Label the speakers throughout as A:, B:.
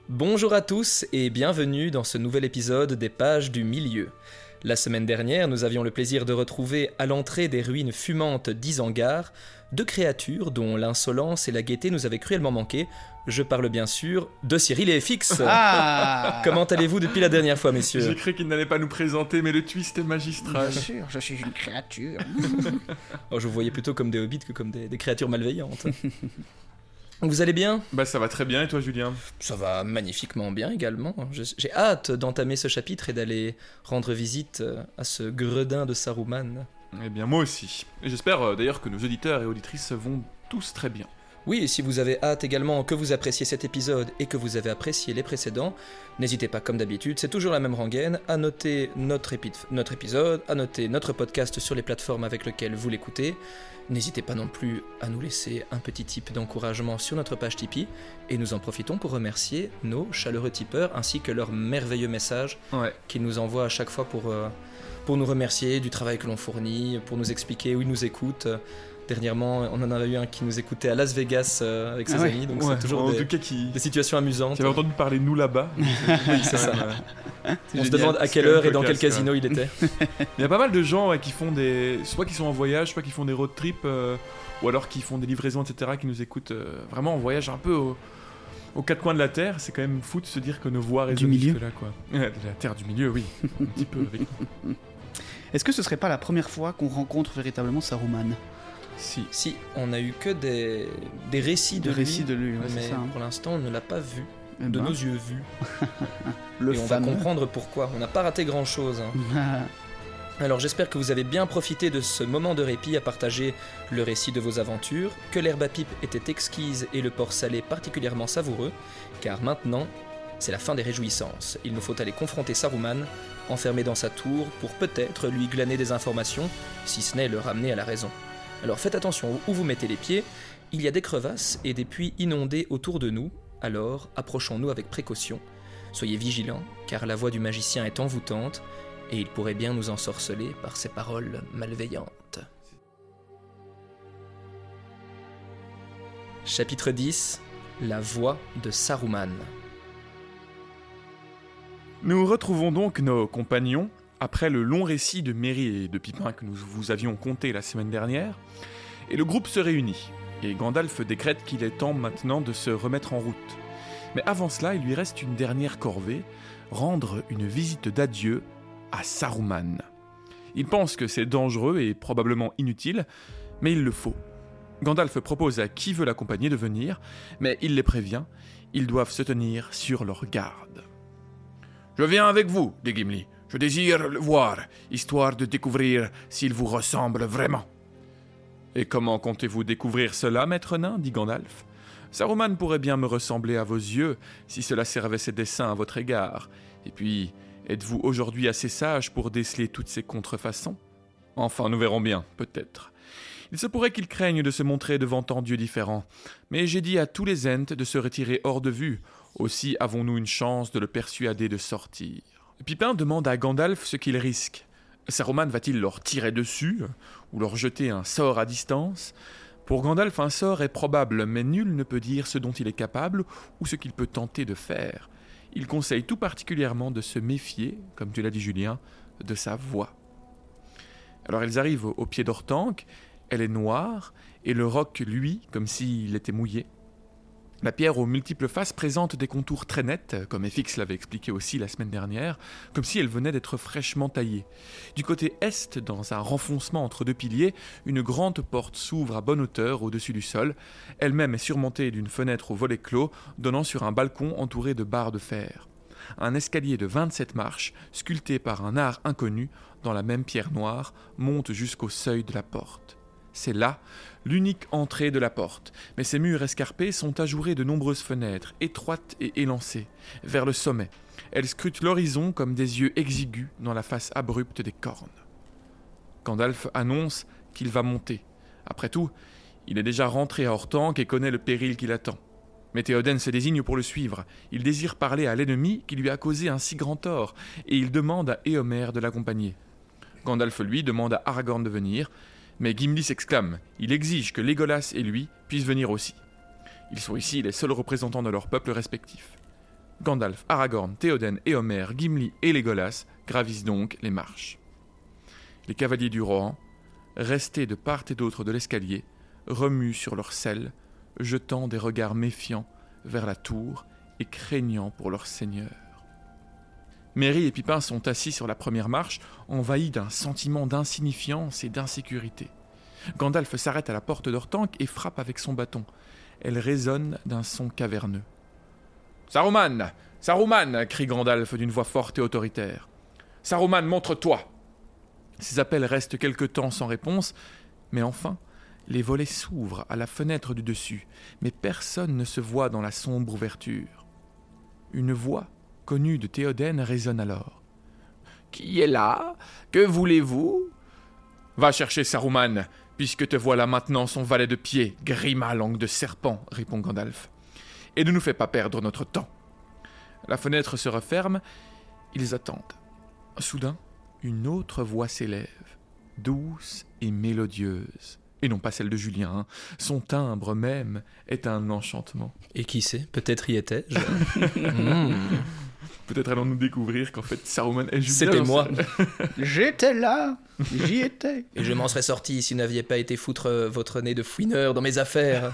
A: Bonjour à tous et bienvenue dans ce nouvel épisode des Pages du Milieu. La semaine dernière, nous avions le plaisir de retrouver à l'entrée des ruines fumantes d'Isengard deux créatures dont l'insolence et la gaieté nous avaient cruellement manqué. Je parle bien sûr de Cyril et FX. Comment allez-vous depuis la dernière fois, messieurs ?
B: J'ai cru qu'il n'allait pas nous présenter, mais le twist est magistral.
C: Bien sûr, je suis une créature.
A: Oh, je vous voyais plutôt comme des hobbits que comme des créatures malveillantes. Vous allez bien ?
B: Bah ça va très bien, et toi Julien ?
A: Ça va magnifiquement bien également. J'ai hâte d'entamer ce chapitre et d'aller rendre visite à ce gredin de Saruman.
B: Eh bien moi aussi. Et j'espère d'ailleurs que nos auditeurs et auditrices vont tous très bien.
A: Oui, et si vous avez hâte également que vous appréciez cet épisode et que vous avez apprécié les précédents, n'hésitez pas comme d'habitude, c'est toujours la même rengaine, à noter notre épisode, à noter notre podcast sur les plateformes avec lesquelles vous l'écoutez. N'hésitez pas non plus à nous laisser un petit tip d'encouragement sur notre page Tipeee, et nous en profitons pour remercier nos chaleureux tipeurs ainsi que leurs merveilleux messages qu'ils nous envoient à chaque fois pour nous remercier du travail que l'on fournit, pour nous expliquer où ils nous écoutent. Dernièrement, on en avait eu un qui nous écoutait à Las Vegas avec ses amis, donc c'est toujours des situations amusantes.
B: Qui avait entendu parler de nous là-bas.
A: Oui, c'est ça. On se demande à quelle heure et dans quel casino il était.
B: Il y a pas mal de gens qui font soit qui sont en voyage, soit qui font des road trips, ou alors qui font des livraisons, etc., qui nous écoutent vraiment en voyage un peu aux quatre coins de la Terre. C'est quand même fou de se dire que nos voix résonnent jusque-là, quoi. De la Terre du milieu, oui, un petit peu. Oui.
C: Est-ce que ce serait pas la première fois qu'on rencontre véritablement Saruman ?
A: Si, on a eu que des récits de lui, mais pour l'instant on ne l'a pas vu, de nos yeux vus. Et on va comprendre pourquoi, on n'a pas raté grand chose. Alors j'espère que vous avez bien profité de ce moment de répit à partager le récit de vos aventures, que l'herbe à pipe était exquise et le porc salé particulièrement savoureux, car maintenant c'est la fin des réjouissances. Il nous faut aller confronter Saruman, enfermé dans sa tour, pour peut-être lui glaner des informations, si ce n'est le ramener à la raison. Alors faites attention où vous mettez les pieds, il y a des crevasses et des puits inondés autour de nous, alors approchons-nous avec précaution. Soyez vigilants, car la voix du magicien est envoûtante, et il pourrait bien nous ensorceler par ses paroles malveillantes. Chapitre 10 : La voix de Saruman.
B: Nous retrouvons donc nos compagnons, après le long récit de Merry et de Pipin que nous vous avions conté la semaine dernière, et le groupe se réunit, et Gandalf décrète qu'il est temps maintenant de se remettre en route. Mais avant cela, il lui reste une dernière corvée, rendre une visite d'adieu à Saruman. Il pense que c'est dangereux et probablement inutile, mais il le faut. Gandalf propose à qui veut l'accompagner de venir, mais il les prévient, ils doivent se tenir sur leur garde. « Je viens avec vous, dit Gimli. Je désire le voir, histoire de découvrir s'il vous ressemble vraiment. »« Et comment comptez-vous découvrir cela, maître nain ?» dit Gandalf. « Saruman pourrait bien me ressembler à vos yeux, si cela servait ses desseins à votre égard. Et puis, êtes-vous aujourd'hui assez sage pour déceler toutes ces contrefaçons ? Enfin, nous verrons bien, peut-être. Il se pourrait qu'il craigne de se montrer devant tant d'yeux différents, mais j'ai dit à tous les Ents de se retirer hors de vue. Aussi avons-nous une chance de le persuader de sortir. » Pipin demande à Gandalf ce qu'il risque. Saruman va-t-il leur tirer dessus, ou leur jeter un sort à distance ? Pour Gandalf, un sort est probable, mais nul ne peut dire ce dont il est capable ou ce qu'il peut tenter de faire. Il conseille tout particulièrement de se méfier, comme tu l'as dit Julien, de sa voix. Alors ils arrivent au pied d'Orthanc, elle est noire, et le roc, lui, comme s'il était mouillé. La pierre aux multiples faces présente des contours très nets, comme FX l'avait expliqué aussi la semaine dernière, comme si elle venait d'être fraîchement taillée. Du côté est, dans un renfoncement entre deux piliers, une grande porte s'ouvre à bonne hauteur au-dessus du sol. Elle-même est surmontée d'une fenêtre au volet clos, donnant sur un balcon entouré de barres de fer. Un escalier de 27 marches, sculpté par un art inconnu, dans la même pierre noire, monte jusqu'au seuil de la porte. C'est là l'unique entrée de la porte, mais ses murs escarpés sont ajourés de nombreuses fenêtres, étroites et élancées, vers le sommet. Elles scrutent l'horizon comme des yeux exigus dans la face abrupte des cornes. Gandalf annonce qu'il va monter. Après tout, il est déjà rentré à Orthanc et connaît le péril qui l'attend. Mais Théoden se désigne pour le suivre. Il désire parler à l'ennemi qui lui a causé un si grand tort, et il demande à Éomer de l'accompagner. Gandalf, lui, demande à Aragorn de venir, mais Gimli s'exclame. Il exige que Legolas et lui puissent venir aussi. Ils sont ici les seuls représentants de leur peuple respectif. Gandalf, Aragorn, Théoden, Éomer, Gimli et Legolas gravissent donc les marches. Les cavaliers du Rohan, restés de part et d'autre de l'escalier, remuent sur leurs selles, jetant des regards méfiants vers la tour et craignant pour leur seigneur. Merry et Pippin sont assis sur la première marche, envahis d'un sentiment d'insignifiance et d'insécurité. Gandalf s'arrête à la porte d'Orthanc et frappe avec son bâton. Elle résonne d'un son caverneux. « Saruman ! Saruman !» crie Gandalf d'une voix forte et autoritaire. « Saruman, montre-toi !» Ces appels restent quelque temps sans réponse, mais enfin, les volets s'ouvrent à la fenêtre du dessus, mais personne ne se voit dans la sombre ouverture. Une voix connue de Théoden résonne alors. « Qui est là ? Que voulez-vous ?»« Va chercher Saruman, puisque te voilà maintenant son valet de pied, Grima, langue de serpent, répond Gandalf. Et ne nous fais pas perdre notre temps. » La fenêtre se referme, ils attendent. Soudain, une autre voix s'élève, douce et mélodieuse. Et non pas celle de Julien, hein. Son timbre même est un enchantement.
A: Et qui sait, peut-être y étais-je.
B: Peut-être allons-nous découvrir qu'en fait Saruman est Julien.
A: C'était moi.
C: J'étais là, j'y étais.
A: Et je m'en serais sorti si vous n'aviez pas été foutre votre nez de fouineur dans mes affaires.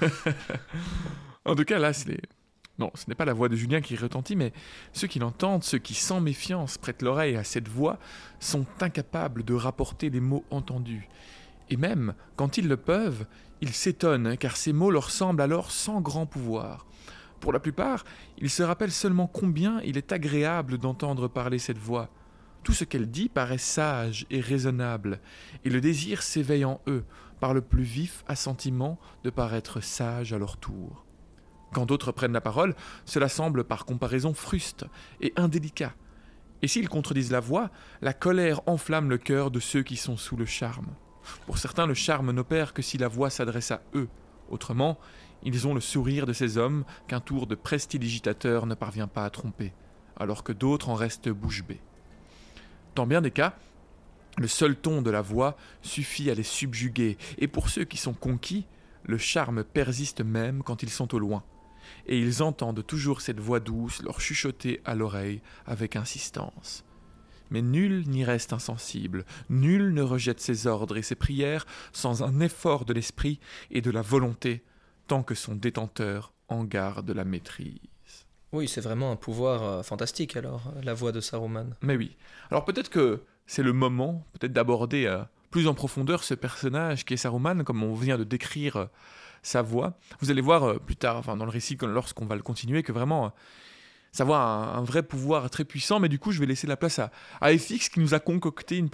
B: En tout cas, là, non, ce n'est pas la voix de Julien qui retentit, mais ceux qui l'entendent, ceux qui sans méfiance prêtent l'oreille à cette voix, sont incapables de rapporter les mots entendus. Et même, quand ils le peuvent, ils s'étonnent, car ces mots leur semblent alors sans grand pouvoir. Pour la plupart, ils se rappellent seulement combien il est agréable d'entendre parler cette voix. Tout ce qu'elle dit paraît sage et raisonnable, et le désir s'éveille en eux, par le plus vif assentiment de paraître sages à leur tour. Quand d'autres prennent la parole, cela semble par comparaison fruste et indélicat. Et s'ils contredisent la voix, la colère enflamme le cœur de ceux qui sont sous le charme. Pour certains, le charme n'opère que si la voix s'adresse à eux. Autrement, ils ont le sourire de ces hommes qu'un tour de prestidigitateur ne parvient pas à tromper, alors que d'autres en restent bouche bée. Dans bien des cas, le seul ton de la voix suffit à les subjuguer, et pour ceux qui sont conquis, le charme persiste même quand ils sont au loin. Et ils entendent toujours cette voix douce leur chuchoter à l'oreille avec insistance. Mais nul n'y reste insensible, nul ne rejette ses ordres et ses prières sans un effort de l'esprit et de la volonté, tant que son détenteur en garde la maîtrise.
A: Oui, c'est vraiment un pouvoir fantastique alors, la voix de Saruman.
B: Mais oui. Alors peut-être que c'est le moment peut-être d'aborder plus en profondeur ce personnage qui est Saruman, comme on vient de décrire sa voix. Vous allez voir plus tard, dans le récit, lorsqu'on va le continuer, que vraiment sa voix a un vrai pouvoir très puissant. Mais du coup, je vais laisser la place à FX qui nous a concocté un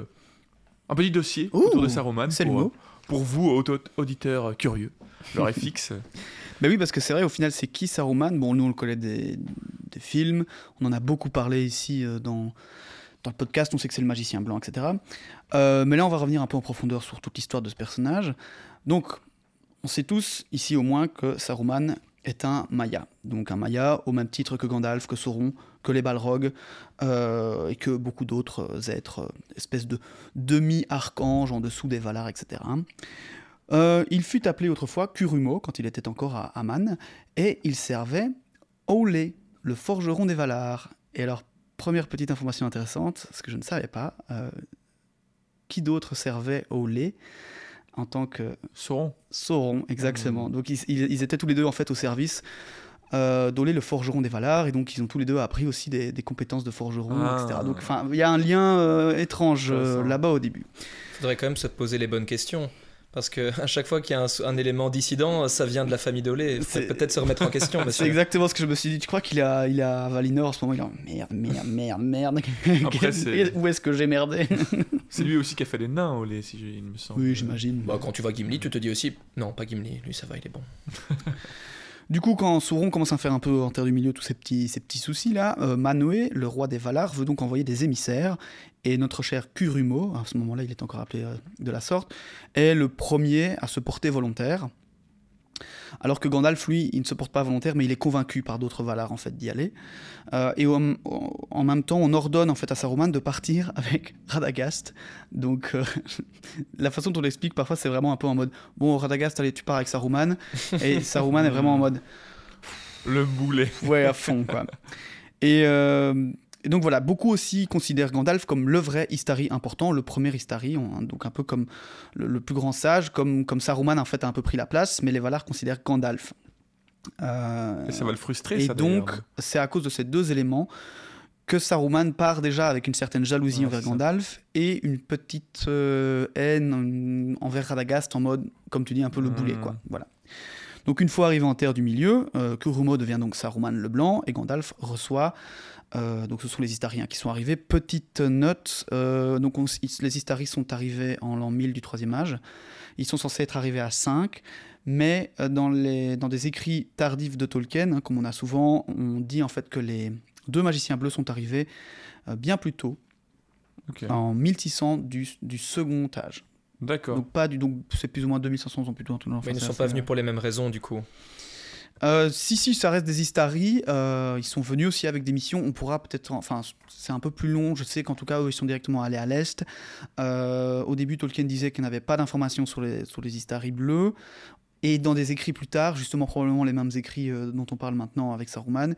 B: petit dossier autour de Saruman pour vous, auditeurs curieux. Alors FX...
C: Ben oui, parce que c'est vrai, au final, c'est qui Saruman ? Bon, nous, on le connaît des films, on en a beaucoup parlé ici dans le podcast, on sait que c'est le magicien blanc, etc. Mais là, on va revenir un peu en profondeur sur toute l'histoire de ce personnage. Donc, on sait tous, ici au moins, que Saruman est un Maya. Donc un Maya, au même titre que Gandalf, que Sauron, que les Balrogs, et que beaucoup d'autres êtres, espèces de demi-archanges en dessous des Valar, etc. Il fut appelé autrefois Kurumo, quand il était encore à Aman, et il servait Aule, le forgeron des Valar. Et alors, première petite information intéressante, ce que je ne savais pas, qui d'autre servait Aule en tant que... Sauron, exactement. Donc ils étaient tous les deux en fait au service d'Aule, le forgeron des Valar, et donc ils ont tous les deux appris aussi des compétences de forgeron, etc. Donc il y a un lien étrange là-bas au début.
A: Il faudrait quand même se poser les bonnes questions. Parce qu'à chaque fois qu'il y a un élément dissident, ça vient de la famille d'Aule. Il faut peut-être se remettre en question.
C: C'est exactement ce que je me suis dit. Tu crois qu'il est à Valinor en ce moment? Il est merde. Après, où est-ce que j'ai merdé?
B: C'est lui aussi qui a fait les nains, Aule, il me semble.
C: Oui, j'imagine.
A: Quand tu vois Gimli, tu te dis aussi... Non, pas Gimli, lui ça va, il est bon.
C: Du coup, quand Sauron commence à faire un peu en terre du milieu tous ces petits soucis-là, Manwë, le roi des Valar, veut donc envoyer des émissaires, et notre cher Kurumo, à ce moment-là il est encore appelé de la sorte, est le premier à se porter volontaire, alors que Gandalf, lui, il ne se porte pas volontaire, mais il est convaincu par d'autres Valar en fait, d'y aller. Et en même temps, on ordonne en fait, à Saruman de partir avec Radagast. Donc, la façon dont on l'explique, parfois, c'est vraiment un peu en mode « Bon, Radagast, allez, tu pars avec Saruman. » Et Saruman est vraiment en mode
B: Le boulet.
C: Ouais, à fond, quoi. Et donc voilà, beaucoup aussi considèrent Gandalf comme le vrai Istari important, le premier Istari, donc un peu comme le plus grand sage, comme Saruman en fait a un peu pris la place, mais les Valar considèrent Gandalf.
B: Et ça va le frustrer,
C: et
B: ça,
C: donc,
B: d'ailleurs.
C: c'est à cause de ces deux éléments que Saruman part déjà avec une certaine jalousie envers Gandalf et une petite haine envers Radagast en mode, comme tu dis, un peu le boulet, quoi. Voilà. Donc une fois arrivé en Terre du Milieu, Kurumo devient donc Saruman le Blanc et Gandalf reçoit, donc ce sont les Istariens qui sont arrivés. Petite note, donc les Istari sont arrivés en l'an 1000 du Troisième Âge, ils sont censés être arrivés à 5, mais dans des écrits tardifs de Tolkien, hein, comme on a souvent, on dit en fait que les 2 magiciens bleus sont arrivés bien plus tôt, en 1600 du Second Âge.
B: D'accord.
C: Donc c'est plus ou moins 2500 ans plus tôt.
A: Mais ils ne sont pas venus pour les mêmes raisons, du coup.
C: Si, ça reste des Istari. Ils sont venus aussi avec des missions. On pourra peut-être... Enfin, c'est un peu plus long. Je sais qu'en tout cas, eux, ils sont directement allés à l'Est. Au début, Tolkien disait qu'il n'avait pas d'informations sur les Istari bleus. Et dans des écrits plus tard, justement probablement les mêmes écrits dont on parle maintenant avec Saruman,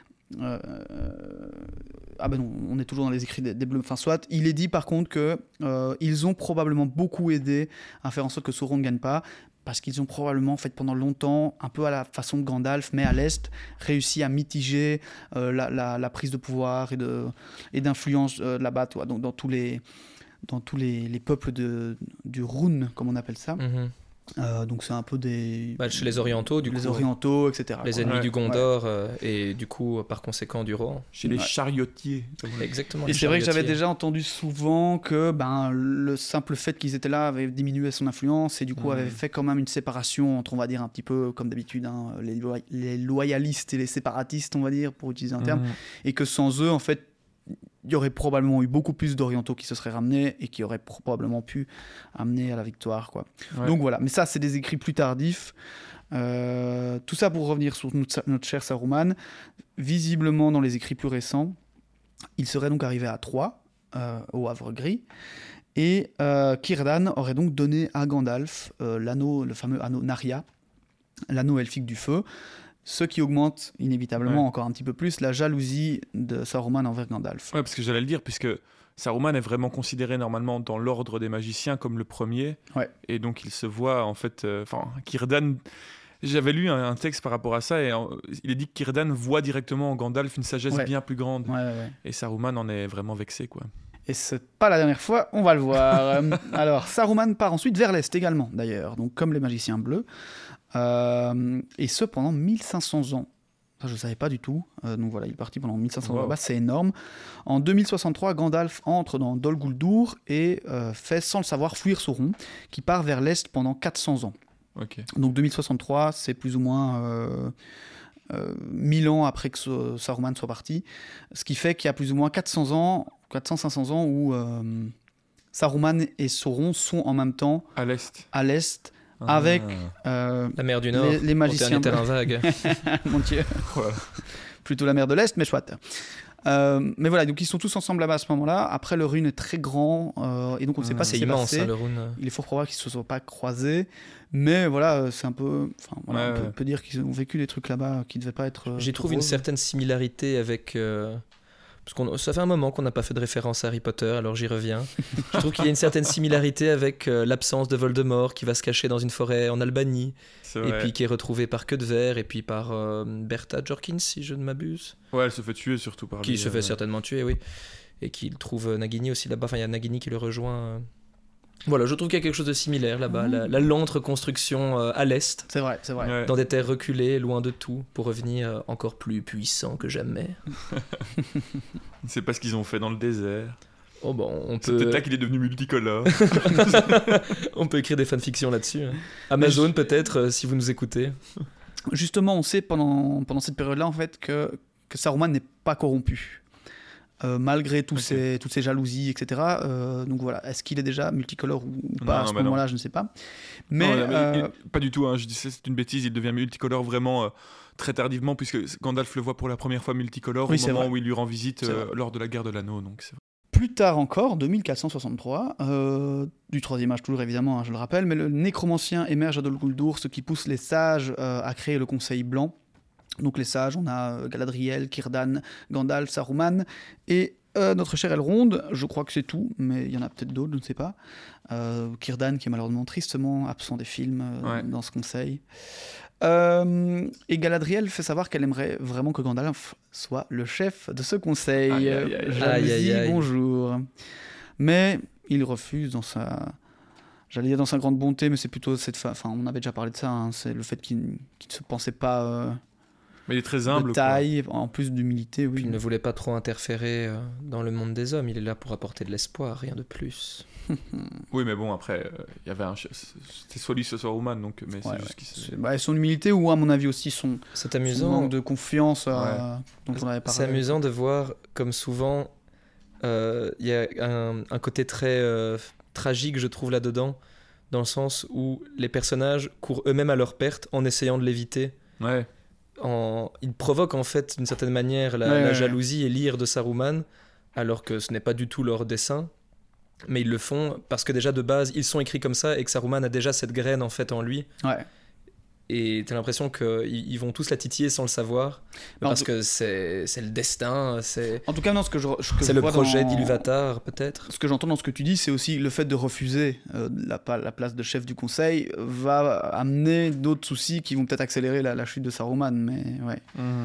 C: non, on est toujours dans les écrits des Bleus, enfin soit, il est dit par contre que ils ont probablement beaucoup aidé à faire en sorte que Sauron ne gagne pas, parce qu'ils ont probablement, en fait, pendant longtemps, un peu à la façon de Gandalf, mais à l'Est, réussi à mitiger la prise de pouvoir et d'influence là-bas, donc dans tous les peuples du Rhûn, comme on appelle ça. Donc c'est un peu des...
A: chez les Orientaux, du coup.
C: Les Orientaux, etc.
A: Les ennemis du Gondor, et du coup, par conséquent, du Rohan.
B: Chez les chariotiers.
A: Exactement.
C: Et c'est vrai que j'avais déjà entendu souvent que le simple fait qu'ils étaient là avait diminué son influence, et du coup avait fait quand même une séparation entre, on va dire, un petit peu comme d'habitude, hein, les loyalistes et les séparatistes, on va dire, pour utiliser un terme, et que sans eux, en fait, il y aurait probablement eu beaucoup plus d'orientaux qui se seraient ramenés et qui auraient probablement pu amener à la victoire, quoi. Ouais. Donc voilà, mais ça c'est des écrits plus tardifs. Tout ça pour revenir sur notre cher Saruman. Visiblement dans les écrits plus récents, il serait donc arrivé à Troie, au Havre Gris, et Círdan aurait donc donné à Gandalf l'anneau, le fameux anneau Narya, l'anneau elfique du feu, ce qui augmente inévitablement encore un petit peu plus la jalousie de Saruman envers Gandalf.
B: Ouais, parce que j'allais le dire, puisque Saruman est vraiment considéré normalement dans l'ordre des magiciens comme le premier, et donc il se voit en fait... Círdan... J'avais lu un texte par rapport à ça, et il est dit que Círdan voit directement en Gandalf une sagesse bien plus grande, et Saruman en est vraiment vexé, quoi.
C: Et c'est pas la dernière fois, on va le voir. Alors, Saruman part ensuite vers l'Est également, d'ailleurs, donc comme les magiciens bleus, et ce pendant 1500 ans. Ça, je ne savais pas du tout. Donc voilà, il est parti pendant 1500 ans là-bas, c'est énorme. En 2063, Gandalf entre dans Dol Guldur et fait, sans le savoir, fuir Sauron, qui part vers l'Est pendant 400 ans. Donc 2063, c'est plus ou moins 1000 ans après que Saruman soit parti, ce qui fait qu'il y a plus ou moins 400-500 ans où Saruman et Sauron sont en même temps à l'Est avec
A: la mer du Nord,
C: les magiciens
A: vague.
C: Mon Dieu. Plutôt la mer de l'Est, mais chouette. Mais voilà, donc ils sont tous ensemble là-bas à ce moment-là. Après, le Rhûn est très grand, et donc on ne sait pas si c'est immense, hein, le Rhûn. Il est fort probable qu'ils ne se soient pas croisés, mais voilà, c'est un peu... on peut dire qu'ils ont vécu des trucs là-bas qui ne devaient pas être...
A: J'y trouve une certaine similarité avec... Parce que ça fait un moment qu'on n'a pas fait de référence à Harry Potter, alors j'y reviens. Je trouve qu'il y a une certaine similarité avec l'absence de Voldemort qui va se cacher dans une forêt en Albanie, et puis qui est retrouvé par Queue de Verre, et puis par Bertha Jorkins, si je ne m'abuse.
B: Ouais, elle se fait tuer surtout par lui.
A: Qui se fait certainement tuer, oui. Et qu'il trouve Nagini aussi là-bas. Enfin, il y a Nagini qui le rejoint. Voilà, je trouve qu'il y a quelque chose de similaire là-bas. La lente reconstruction à l'Est.
C: C'est vrai.
A: Ouais. Dans des terres reculées, loin de tout, pour revenir encore plus puissant que jamais.
B: C'est pas ce qu'ils ont fait dans le désert.
A: Oh bon,
B: c'est peut-être là qu'il est devenu multicolore.
A: On peut écrire des fanfictions là-dessus. Hein. Amazon peut-être, si vous nous écoutez.
C: Justement, on sait pendant cette période-là en fait que Saruman n'est pas corrompu. Malgré toutes ces jalousies, etc. Donc voilà, est-ce qu'il est déjà multicolore ou pas à ce moment-là, je ne sais pas. Mais,
B: pas du tout, hein, je dis c'est une bêtise, il devient multicolore vraiment très tardivement, puisque Gandalf le voit pour la première fois multicolore au moment où il lui rend visite lors de la guerre de l'anneau. Donc c'est...
C: Plus tard encore, 2463, du Troisième Âge toujours évidemment, hein, je le rappelle, mais le nécromancien émerge à Dol Guldur, ce qui pousse les sages à créer le Conseil Blanc, Donc les sages, on a Galadriel, Círdan, Gandalf, Saruman et notre cher Elrond. Je crois que c'est tout, mais il y en a peut-être d'autres, je ne sais pas. Círdan qui est malheureusement tristement absent des films dans ce conseil. Et Galadriel fait savoir qu'elle aimerait vraiment que Gandalf soit le chef de ce conseil. Jalousie, bonjour. Mais il refuse dans sa... J'allais dire dans sa grande bonté, mais c'est plutôt cette... Enfin, on avait déjà parlé de ça, hein. C'est le fait qu'il ne se pensait pas...
B: mais il est très humble.
C: De taille, en plus d'humilité, oui.
A: Puis il ne voulait pas trop interférer dans le monde des hommes. Il est là pour apporter de l'espoir, rien de plus.
B: Oui, mais bon, après, il y avait c'était soit lui, soit Saruman, donc... Mais c'est juste qu'il
C: son humilité, ou à mon avis aussi son manque de confiance dont on avait parlé.
A: C'est amusant de voir, comme souvent, il y a un côté très... tragique, je trouve, là-dedans, dans le sens où les personnages courent eux-mêmes à leur perte en essayant de l'éviter.
B: Ouais.
A: Ils provoquent en fait d'une certaine manière la jalousie et l'ire de Saruman, alors que ce n'est pas du tout leur dessein, mais ils le font parce que déjà de base ils sont écrits comme ça et que Saruman a déjà cette graine en fait en lui. Et t'as l'impression qu'ils vont tous la titiller sans le savoir, parce que c'est le destin, c'est...
C: En tout cas, non,
A: c'est le projet d'Ilúvatar, peut-être.
C: Ce que j'entends dans ce que tu dis, c'est aussi le fait de refuser la place de chef du conseil va amener d'autres soucis qui vont peut-être accélérer la chute de Saruman, mais ouais.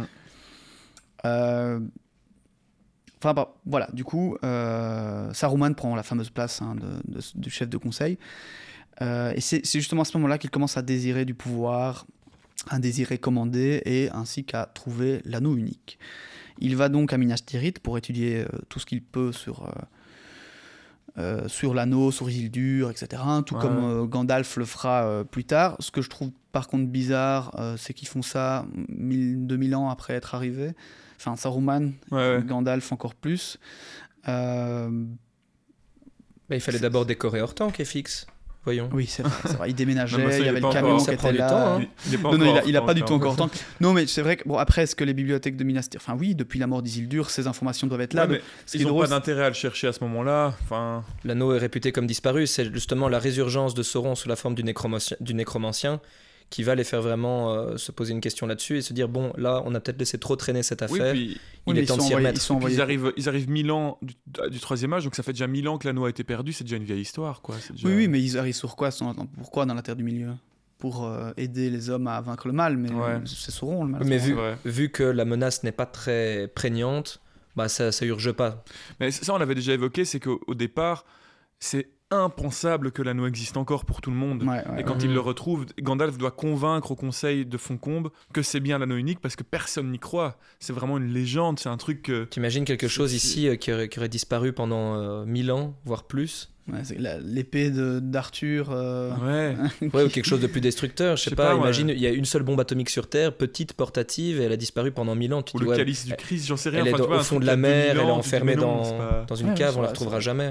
C: Voilà, du coup, Saruman prend la fameuse place du chef de conseil. Et c'est justement à ce moment-là qu'il commence à désirer du pouvoir, à désirer commander et ainsi qu'à trouver l'anneau unique. Il va donc à Minas Tirith pour étudier tout ce qu'il peut sur l'anneau, sur Isildur, etc. Tout comme Gandalf le fera plus tard. Ce que je trouve par contre bizarre, c'est qu'ils font ça 2000 ans après être arrivés. Enfin, Saruman, Gandalf encore plus.
A: Mais il fallait d'abord décorer Orthanc et fixe. Voyons.
C: Oui, c'est vrai. Il déménageait, il y avait le camion qui était là.
A: Temps, hein.
C: Il n'a pas du tout encore le temps. Non, mais c'est vrai que, bon, après, est-ce que les bibliothèques de Minas Tirith... Enfin, oui, depuis la mort d'Isildur, ces informations doivent être là.
B: Mais ils n'ont pas d'intérêt à le chercher à ce moment-là. Enfin...
A: L'anneau est réputé comme disparu. C'est justement la résurgence de Sauron sous la forme du nécromancien qui va les faire vraiment se poser une question là-dessus et se dire, bon, là, on a peut-être laissé trop traîner cette affaire. Il est temps de s'y remettre.
B: Ils arrivent 1000 ans du troisième âge, donc ça fait déjà 1000 ans que l'anneau a été perdu, c'est déjà une vieille histoire, quoi. Déjà...
C: Oui, mais ils arrivent sur quoi? Pourquoi dans la Terre du Milieu? Pour aider les hommes à vaincre le mal, mais c'est Sauron le mal.
A: Mais vu que la menace n'est pas très prégnante, bah ça urge pas.
B: Mais ça, on l'avait déjà évoqué, c'est qu'au départ, c'est impensable que l'anneau existe encore pour tout le monde. Et quand il le retrouve, Gandalf doit convaincre au conseil de Foncombe que c'est bien l'anneau unique parce que personne n'y croit. C'est vraiment une légende, c'est un truc que...
A: T'imagines quelque chose ici qui aurait disparu pendant 1000 ans, voire plus?
C: C'est l'épée d'Arthur.
A: Ou quelque chose de plus destructeur. Je sais pas, imagine, il y a une seule bombe atomique sur Terre, petite, portative, et elle a disparu pendant 1000 ans.
B: Ou le calice du Christ, j'en sais rien.
A: Elle est au fond de la mer, elle est enfermée dans une cave, on la retrouvera jamais.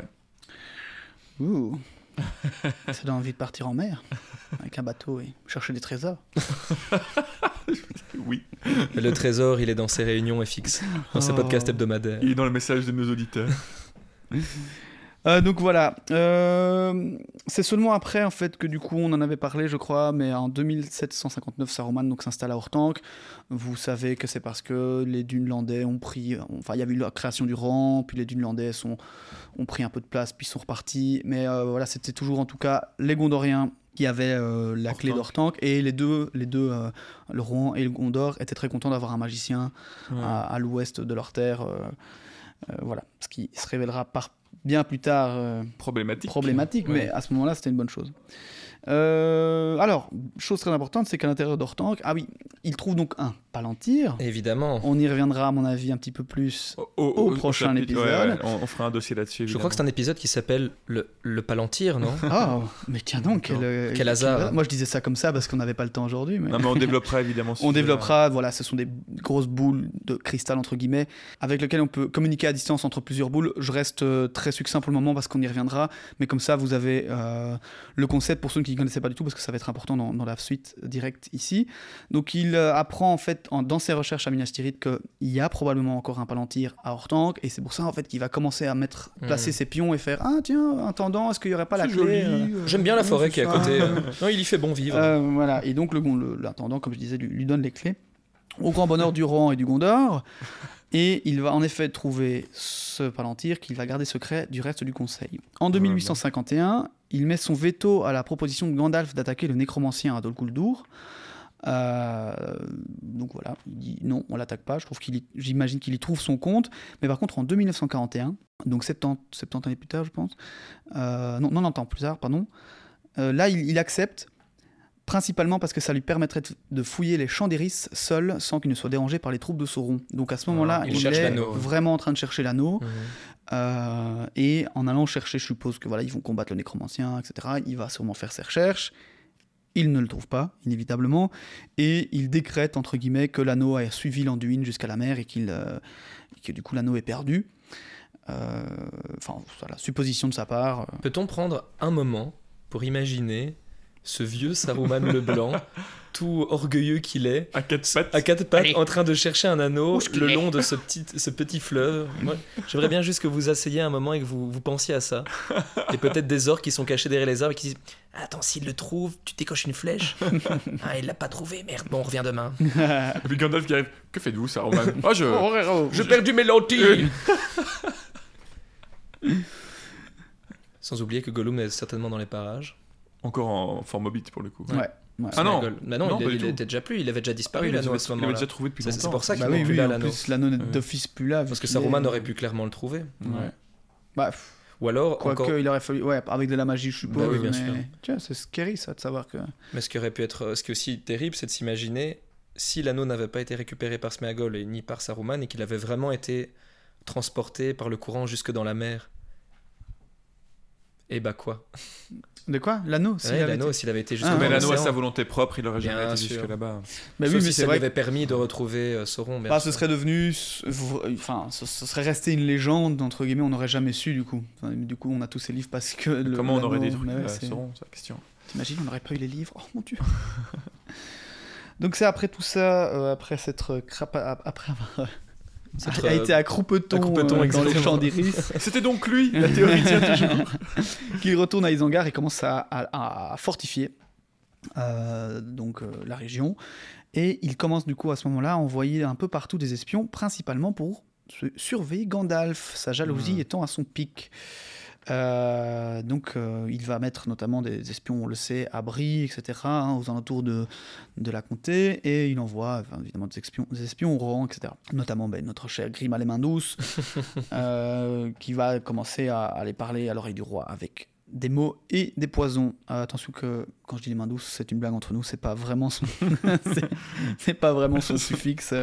C: Ouh. Ça donne envie de partir en mer avec un bateau et chercher des trésors.
B: Oui.
A: Le trésor, il est dans ses réunions FX, dans ses podcasts hebdomadaires.
B: Il est dans le message de nos auditeurs.
C: Donc voilà, c'est seulement après en fait que du coup on en avait parlé je crois, mais en 2759 Saruman donc s'installe à Orthanc. Vous savez que c'est parce que les Dunelandais ont pris, enfin il y avait eu la création du rang, puis les Dunelandais ont pris un peu de place puis sont repartis, mais voilà c'était toujours en tout cas les Gondoriens qui avaient la clé d'Orthanc et les deux le Rohan et le Gondor étaient très contents d'avoir un magicien à l'ouest de leur terre, voilà, ce qui se révélera bien plus tard problématique, mais à ce moment-là c'était une bonne chose. Alors, chose très importante, c'est qu'à l'intérieur d'Orthanc, il trouve donc un palantir.
A: Évidemment.
C: On y reviendra à mon avis un petit peu plus au prochain épisode.
B: On fera un dossier là-dessus.
A: Je crois que c'est un épisode qui s'appelle le palantir, non?
C: Oh, mais tiens donc,
A: quel hasard.
C: Moi je disais ça comme ça parce qu'on n'avait pas le temps aujourd'hui. Mais...
B: Non, mais on développera évidemment.
C: On développera, voilà, ce sont des grosses boules de cristal entre guillemets avec lesquelles on peut communiquer à distance entre plusieurs boules. Je reste très succinct pour le moment parce qu'on y reviendra, mais comme ça vous avez le concept pour ceux qui ne connaissaient pas du tout parce que ça va être important dans la suite directe ici. Donc il apprend en fait dans ses recherches à Minas Tirith qu'il y a probablement encore un palantir à Orthanc et c'est pour ça en fait qu'il va commencer à placer ses pions et faire tiens, intendant, est-ce qu'il n'y aurait pas la clé
A: J'aime bien la forêt qui est à côté. Non, il y fait bon vivre.
C: Voilà, et donc l'intendant, comme je disais, lui donne les clés. au grand bonheur du Rohan et du Gondor. Et il va en effet trouver ce palantir qu'il va garder secret du reste du conseil. En 2851, il met son veto à la proposition de Gandalf d'attaquer le nécromancien à Dol Guldur. Donc voilà, il dit non, on l'attaque pas. J'imagine qu'il y trouve son compte. Mais par contre, en 2941, donc 70 années plus tard, je pense, non, 90 ans plus tard, pardon, là, il accepte, principalement parce que ça lui permettrait de fouiller les champs d'Eris seul, sans qu'il ne soit dérangé par les troupes de Sauron. Donc à ce moment-là, il est vraiment en train de chercher l'anneau. Et en allant chercher, je suppose que voilà, ils vont combattre le nécromancien, etc. Il va sûrement faire ses recherches. Il ne le trouve pas, inévitablement, et il décrète, entre guillemets, que l'anneau a suivi l'Anduin jusqu'à la mer et que du coup l'anneau est perdu. Enfin, voilà, supposition de sa part.
A: Peut-on prendre un moment pour imaginer ce vieux Saruman le Blanc, tout orgueilleux qu'il est,
B: à quatre pattes,
A: allez, en train de chercher un anneau le long de ce petit fleuve. Moi, j'aimerais bien juste que vous asseyez un moment et que vous pensiez à ça. Et peut-être des orques qui sont cachés derrière les arbres et qui disent « Attends, s'il le trouve, tu décoches une flèche. Ah, il l'a pas trouvé, merde, bon, on revient demain. »
B: Et puis Gandalf qui arrive « Que faites-vous, Saruman ?
A: J'ai perdu mes lentilles !» Sans oublier que Gollum est certainement dans les parages.
B: Encore en forme Hobbit pour le coup.
C: Ouais.
B: Ah non,
A: il était déjà plus, il avait déjà disparu l'anneau à ce moment-là.
B: Il avait déjà trouvé depuis longtemps.
A: C'est pour ça qu'il n'est plus là l'anneau.
C: En plus, l'anneau n'est d'office plus là.
A: Parce que Saruman aurait pu clairement le trouver.
C: Ouais. Bah,
A: ou alors,
C: quoique il aurait fallu, avec de la magie, je suppose.
A: Bah oui, bien sûr.
C: Tiens, c'est scary ça de savoir que.
A: Mais ce qui est aussi terrible, c'est de s'imaginer si l'anneau n'avait pas été récupéré par Sméagol et ni par Saruman et qu'il avait vraiment été transporté par le courant jusque dans la mer. Et bah quoi ?
C: De quoi ? L'anneau
A: s'il avait été jusque
B: mais l'anneau à sa volonté propre, il aurait jamais été jusque là-bas.
A: Mais oui, mais c'est vrai. Ça lui avait permis de retrouver Sauron.
C: Ce serait devenu, ce serait resté une légende entre guillemets. On n'aurait jamais su du coup. Du coup, on a tous ces livres parce que.
B: Comment on aurait détruit Sauron, c'est la question.
C: T'imagines, on n'aurait pas eu les livres. Oh mon Dieu. Donc c'est après tout ça, après avoir a été à Croupeton dans les champs d'Iris.
B: C'était donc lui, la théorie tient toujours.
C: Qu'il retourne à Isengard et commence à fortifier la région. Et il commence du coup à ce moment-là à envoyer un peu partout des espions, principalement pour surveiller Gandalf, sa jalousie étant à son pic. Il va mettre notamment des espions, on le sait, à Brie, etc., aux alentours de la comté, et il envoie évidemment des espions au Rohan, etc. Notamment notre cher Grima les Mains Douces, qui va commencer à aller parler à l'oreille du roi avec des mots et des poisons. Attention que quand je dis les mains douces, c'est une blague entre nous, c'est pas vraiment son, c'est pas vraiment son suffixe.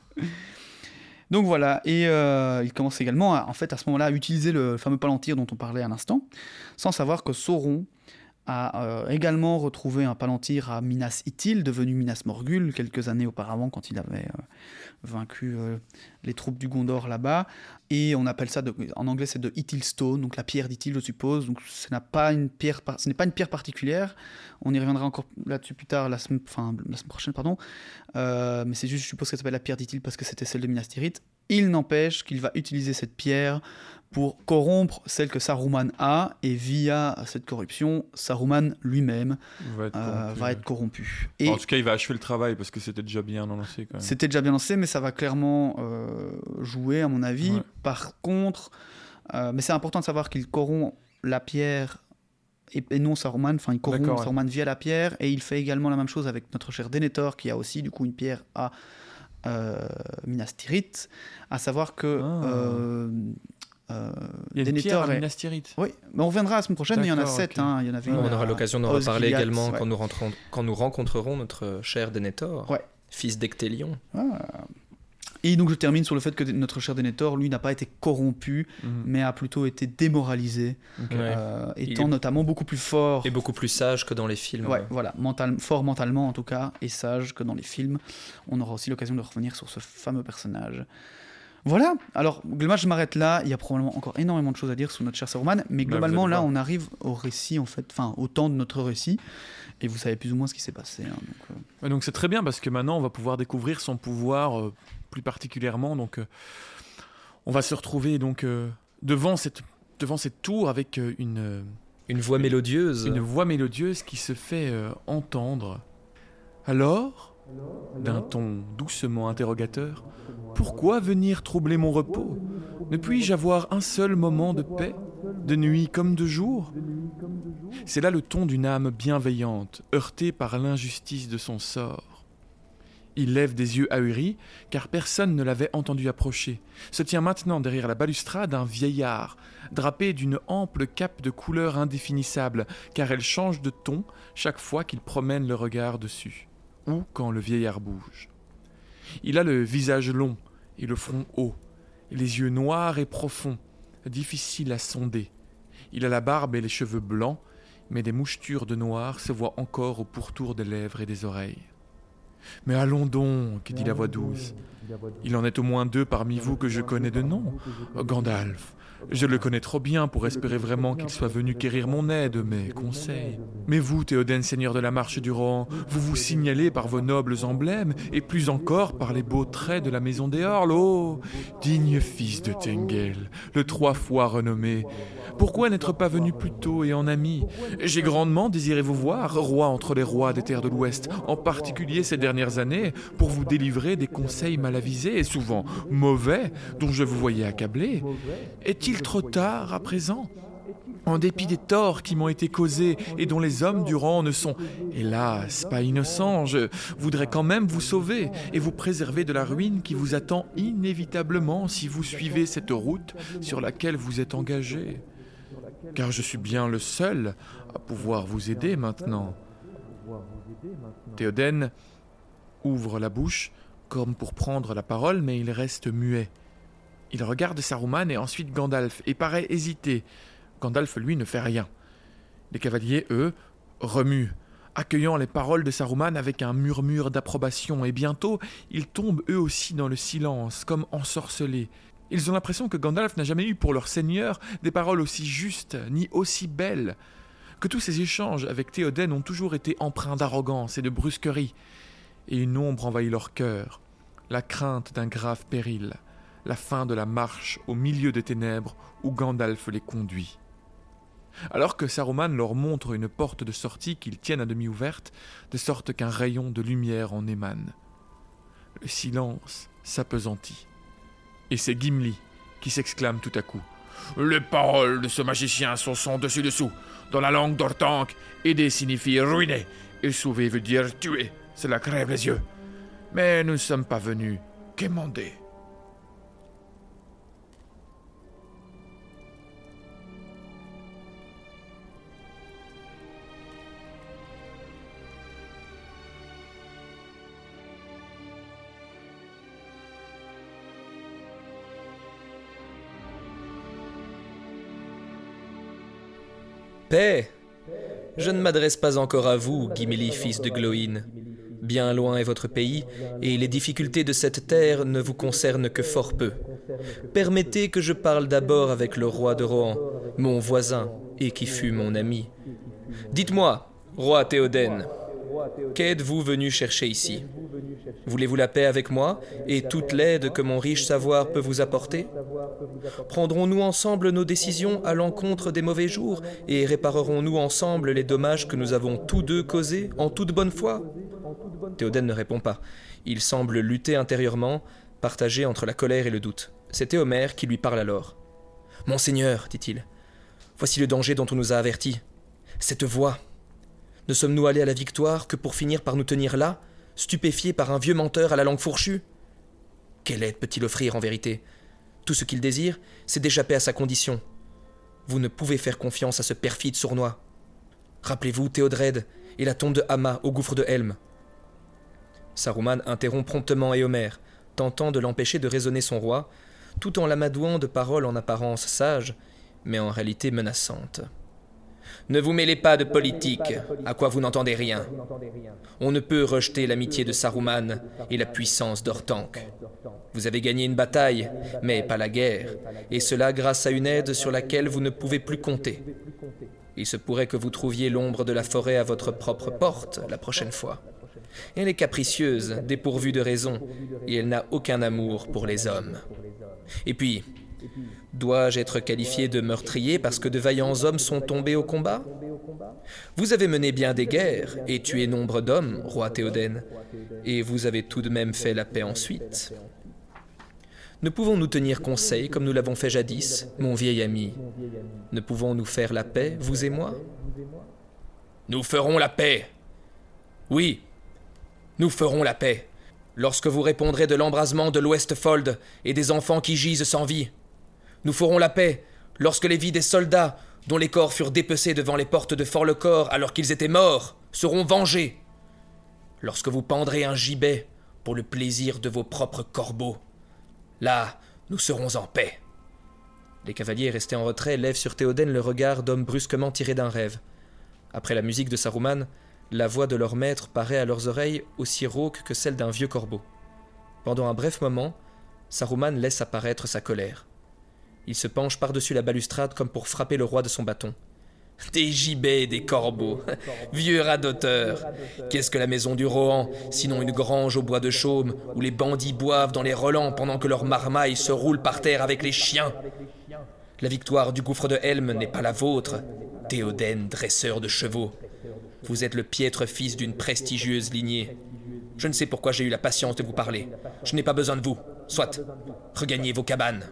C: Donc voilà, et il commence également à ce moment-là, à utiliser le fameux palantir dont on parlait à l'instant, sans savoir que Sauron a également retrouvé un palantir à Minas Ithil, devenu Minas Morgul, quelques années auparavant, quand il avait vaincu les troupes du Gondor là-bas. Et on appelle ça, en anglais, c'est de Ithil Stone, donc la pierre d'Ithil, je suppose. Donc ce n'est pas une pierre particulière. On y reviendra encore là-dessus plus tard, la semaine prochaine, pardon. Mais c'est juste, je suppose, qu'elle s'appelle la pierre d'Ithil parce que c'était celle de Minas Tirith. Il n'empêche qu'il va utiliser cette pierre pour corrompre celle que Saruman a, et via cette corruption, Saruman lui-même va être corrompu. Et
B: en tout cas, il va achever le travail, parce que c'était déjà bien lancé. Quand même.
C: C'était déjà bien lancé, mais ça va clairement jouer, à mon avis. Ouais. Par contre, mais c'est important de savoir qu'il corrompt la pierre, et non Saruman, il corrompt Saruman via la pierre, et il fait également la même chose avec notre cher Denethor, qui a aussi du coup une pierre à Minas Tirith, à savoir que...
B: il y a une pierre à Minas Tirith.
C: Oui, mais on reviendra la semaine prochaine, mais il y en a 7. Okay. Il y en avait
A: on aura l'occasion d'en reparler également quand nous rencontrerons notre cher Denethor, fils d'Ectélion.
C: Et donc je termine sur le fait que notre cher Denethor, lui, n'a pas été corrompu, mais a plutôt été démoralisé, étant notamment beaucoup plus fort.
A: Et beaucoup plus sage que dans les films.
C: Ouais, voilà, fort mentalement en tout cas, et sage que dans les films. On aura aussi l'occasion de revenir sur ce fameux personnage. Voilà, alors globalement je m'arrête là, il y a probablement encore énormément de choses à dire sur notre cher Saruman, mais globalement là on arrive au récit en fait, au temps de notre récit, et vous savez plus ou moins ce qui s'est passé.
B: Donc c'est très bien parce que maintenant on va pouvoir découvrir son pouvoir plus particulièrement, donc on va se retrouver donc devant cette tour avec une
A: voix mélodieuse.
B: Une voix mélodieuse qui se fait entendre. Alors, D'un ton doucement interrogateur, « Pourquoi venir troubler mon repos ? Ne puis-je avoir un seul moment de paix, de nuit comme de jour ?» C'est là le ton d'une âme bienveillante, heurtée par l'injustice de son sort. Il lève des yeux ahuris, car personne ne l'avait entendu approcher. Se tient maintenant derrière la balustrade un vieillard, drapé d'une ample cape de couleur indéfinissable, car elle change de ton chaque fois qu'il promène le regard dessus, ou quand le vieillard bouge. Il a le visage long et le front haut, et les yeux noirs et profonds, difficiles à sonder. Il a la barbe et les cheveux blancs, mais des mouchetures de noir se voient encore au pourtour des lèvres et des oreilles. « Mais allons donc, dit la voix douce. Il en est au moins 2 parmi vous que je connais de nom. Gandalf, je le connais trop bien pour espérer vraiment qu'il soit venu quérir mon aide, mes conseils. Mais vous, Théoden, seigneur de la Marche du Rohan, vous vous signalez par vos nobles emblèmes, et plus encore par les beaux traits de la maison des Orles. Oh, digne fils de Tengel, le 3 fois renommé. Pourquoi n'être pas venu plus tôt et en ami? J'ai grandement désiré vous voir, roi entre les rois des terres de l'Ouest, en particulier ces dernières années, pour vous délivrer des conseils mal avisés et souvent mauvais, dont je vous voyais accablé. Est-il trop tard à présent? En dépit des torts qui m'ont été causés et dont les hommes du rang ne sont, hélas, pas innocents, je voudrais quand même vous sauver et vous préserver de la ruine qui vous attend inévitablement si vous suivez cette route sur laquelle vous êtes engagé. Car je suis bien le seul à pouvoir vous aider maintenant. » Théoden ouvre la bouche comme pour prendre la parole, mais il reste muet. Il regarde Saruman et ensuite Gandalf et paraît hésiter. Gandalf, lui, ne fait rien. Les cavaliers, eux, remuent, accueillant les paroles de Saruman avec un murmure d'approbation, et bientôt, ils tombent eux aussi dans le silence, comme ensorcelés. Ils ont l'impression que Gandalf n'a jamais eu pour leur seigneur des paroles aussi justes, ni aussi belles, que tous ces échanges avec Théoden ont toujours été empreints d'arrogance et de brusquerie, et une ombre envahit leur cœur, la crainte d'un grave péril, la fin de la marche au milieu des ténèbres où Gandalf les conduit. Alors que Saruman leur montre une porte de sortie qu'ils tiennent à demi ouverte, de sorte qu'un rayon de lumière en émane. Le silence s'appesantit. Et c'est Gimli qui s'exclame tout à coup. « Les paroles de ce magicien sont sans dessus-dessous. Dans la langue d'Orthanc, aider signifie ruiner, et sauver veut dire tuer. Cela crève les yeux. Mais nous ne sommes pas venus quémander. »
A: Paix! Je ne m'adresse pas encore à vous, Gimli, fils de Glóin. Bien loin est votre pays, et les difficultés de cette terre ne vous concernent que fort peu. Permettez que je parle d'abord avec le roi de Rohan, mon voisin, et qui fut mon ami. Dites-moi, roi Théoden, qu'êtes-vous venu chercher ici? Voulez-vous la paix avec moi et toute l'aide que mon riche savoir peut vous apporter? Prendrons-nous ensemble nos décisions à l'encontre des mauvais jours et réparerons-nous ensemble les dommages que nous avons tous deux causés en toute bonne foi? Théoden ne répond pas. Il semble lutter intérieurement, partagé entre la colère et le doute. C'est Éomer qui lui parle alors. « Monseigneur, dit-il, voici le danger dont on nous a avertis. Cette voix. Ne sommes-nous allés à la victoire que pour finir par nous tenir là, stupéfiés par un vieux menteur à la langue fourchue? Quelle aide peut-il offrir en vérité? Tout ce qu'il désire, c'est d'échapper à sa condition. Vous ne pouvez faire confiance à ce perfide sournois. Rappelez-vous Théodred et la tombe de Hama au gouffre de Helm. » Saruman interrompt promptement Éomer, tentant de l'empêcher de raisonner son roi, tout en l'amadouant de paroles en apparence sages, mais en réalité menaçantes. « Ne vous mêlez pas de politique, à quoi vous n'entendez rien. On ne peut rejeter l'amitié de Saruman et la puissance d'Orthanc. Vous avez gagné une bataille, mais pas la guerre, et cela grâce à une aide sur laquelle vous ne pouvez plus compter. Il se pourrait que vous trouviez l'ombre de la forêt à votre propre porte la prochaine fois. Elle est capricieuse, dépourvue de raison, et elle n'a aucun amour pour les hommes. Et puis, dois-je être qualifié de meurtrier parce que de vaillants hommes sont tombés au combat? Vous avez mené bien des guerres et tué nombre d'hommes, roi Théoden, et vous avez tout de même fait la paix ensuite. Ne pouvons-nous tenir conseil comme nous l'avons fait jadis, mon vieil ami? Ne pouvons-nous faire la paix, vous et moi? Nous ferons la paix. Oui, nous ferons la paix. Lorsque vous répondrez de l'embrasement de l'Ouestfold et des enfants qui gisent sans vie. Nous ferons la paix lorsque les vies des soldats, dont les corps furent dépecés devant les portes de Fort-le-Corps alors qu'ils étaient morts, seront vengés. Lorsque vous pendrez un gibet pour le plaisir de vos propres corbeaux. Là, nous serons en paix. Les cavaliers restés en retrait lèvent sur Théoden le regard d'homme brusquement tiré d'un rêve. Après la musique de Saruman, la voix de leur maître paraît à leurs oreilles aussi rauque que celle d'un vieux corbeau. Pendant un bref moment, Saruman laisse apparaître sa colère. Il se penche par-dessus la balustrade comme pour frapper le roi de son bâton. Des gibets et des corbeaux, vieux radoteur. Qu'est-ce que la maison du Rohan, sinon une grange au bois de chaume, où les bandits boivent dans les relents pendant que leurs marmailles se roulent par terre avec les chiens? La victoire du gouffre de Helm n'est pas la vôtre, Théoden, dresseur de chevaux. Vous êtes le piètre fils d'une prestigieuse lignée. Je ne sais pourquoi j'ai eu la patience de vous parler. Je n'ai pas besoin de vous. Soit, regagnez vos cabanes.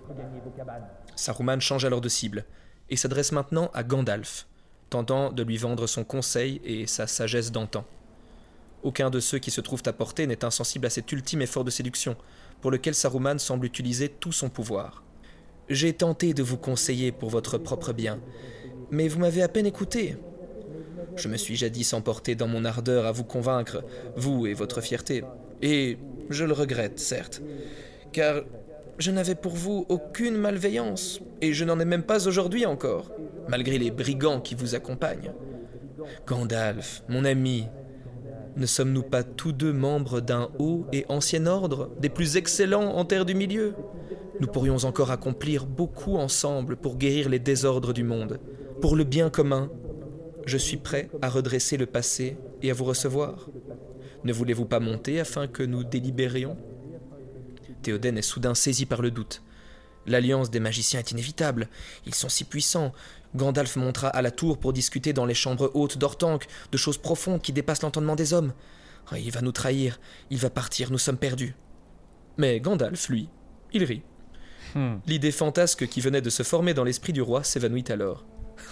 A: Saruman change alors de cible et s'adresse maintenant à Gandalf, tentant de lui vendre son conseil et sa sagesse d'antan. Aucun de ceux qui se trouvent à portée n'est insensible à cet ultime effort de séduction, pour lequel Saruman semble utiliser tout son pouvoir. J'ai tenté de vous conseiller pour votre propre bien, mais vous m'avez à peine écouté. Je me suis jadis emporté dans mon ardeur à vous convaincre, vous et votre fierté, et je le regrette, certes, car je n'avais pour vous aucune malveillance, et je n'en ai même pas aujourd'hui encore, malgré les brigands qui vous accompagnent. Gandalf, mon ami, ne sommes-nous pas tous deux membres d'un haut et ancien ordre, des plus excellents en terre du milieu? Nous pourrions encore accomplir beaucoup ensemble pour guérir les désordres du monde, pour le bien commun. Je suis prêt à redresser le passé et à vous recevoir. Ne voulez-vous pas monter afin que nous délibérions? Théoden est soudain saisi par le doute. L'alliance des magiciens est inévitable. Ils sont si puissants. Gandalf montera à la tour pour discuter dans les chambres hautes d'Orthanc de choses profondes qui dépassent l'entendement des hommes. Il va nous trahir. Il va partir. Nous sommes perdus. Mais Gandalf, lui, il rit. L'idée fantasque qui venait de se former dans l'esprit du roi s'évanouit alors.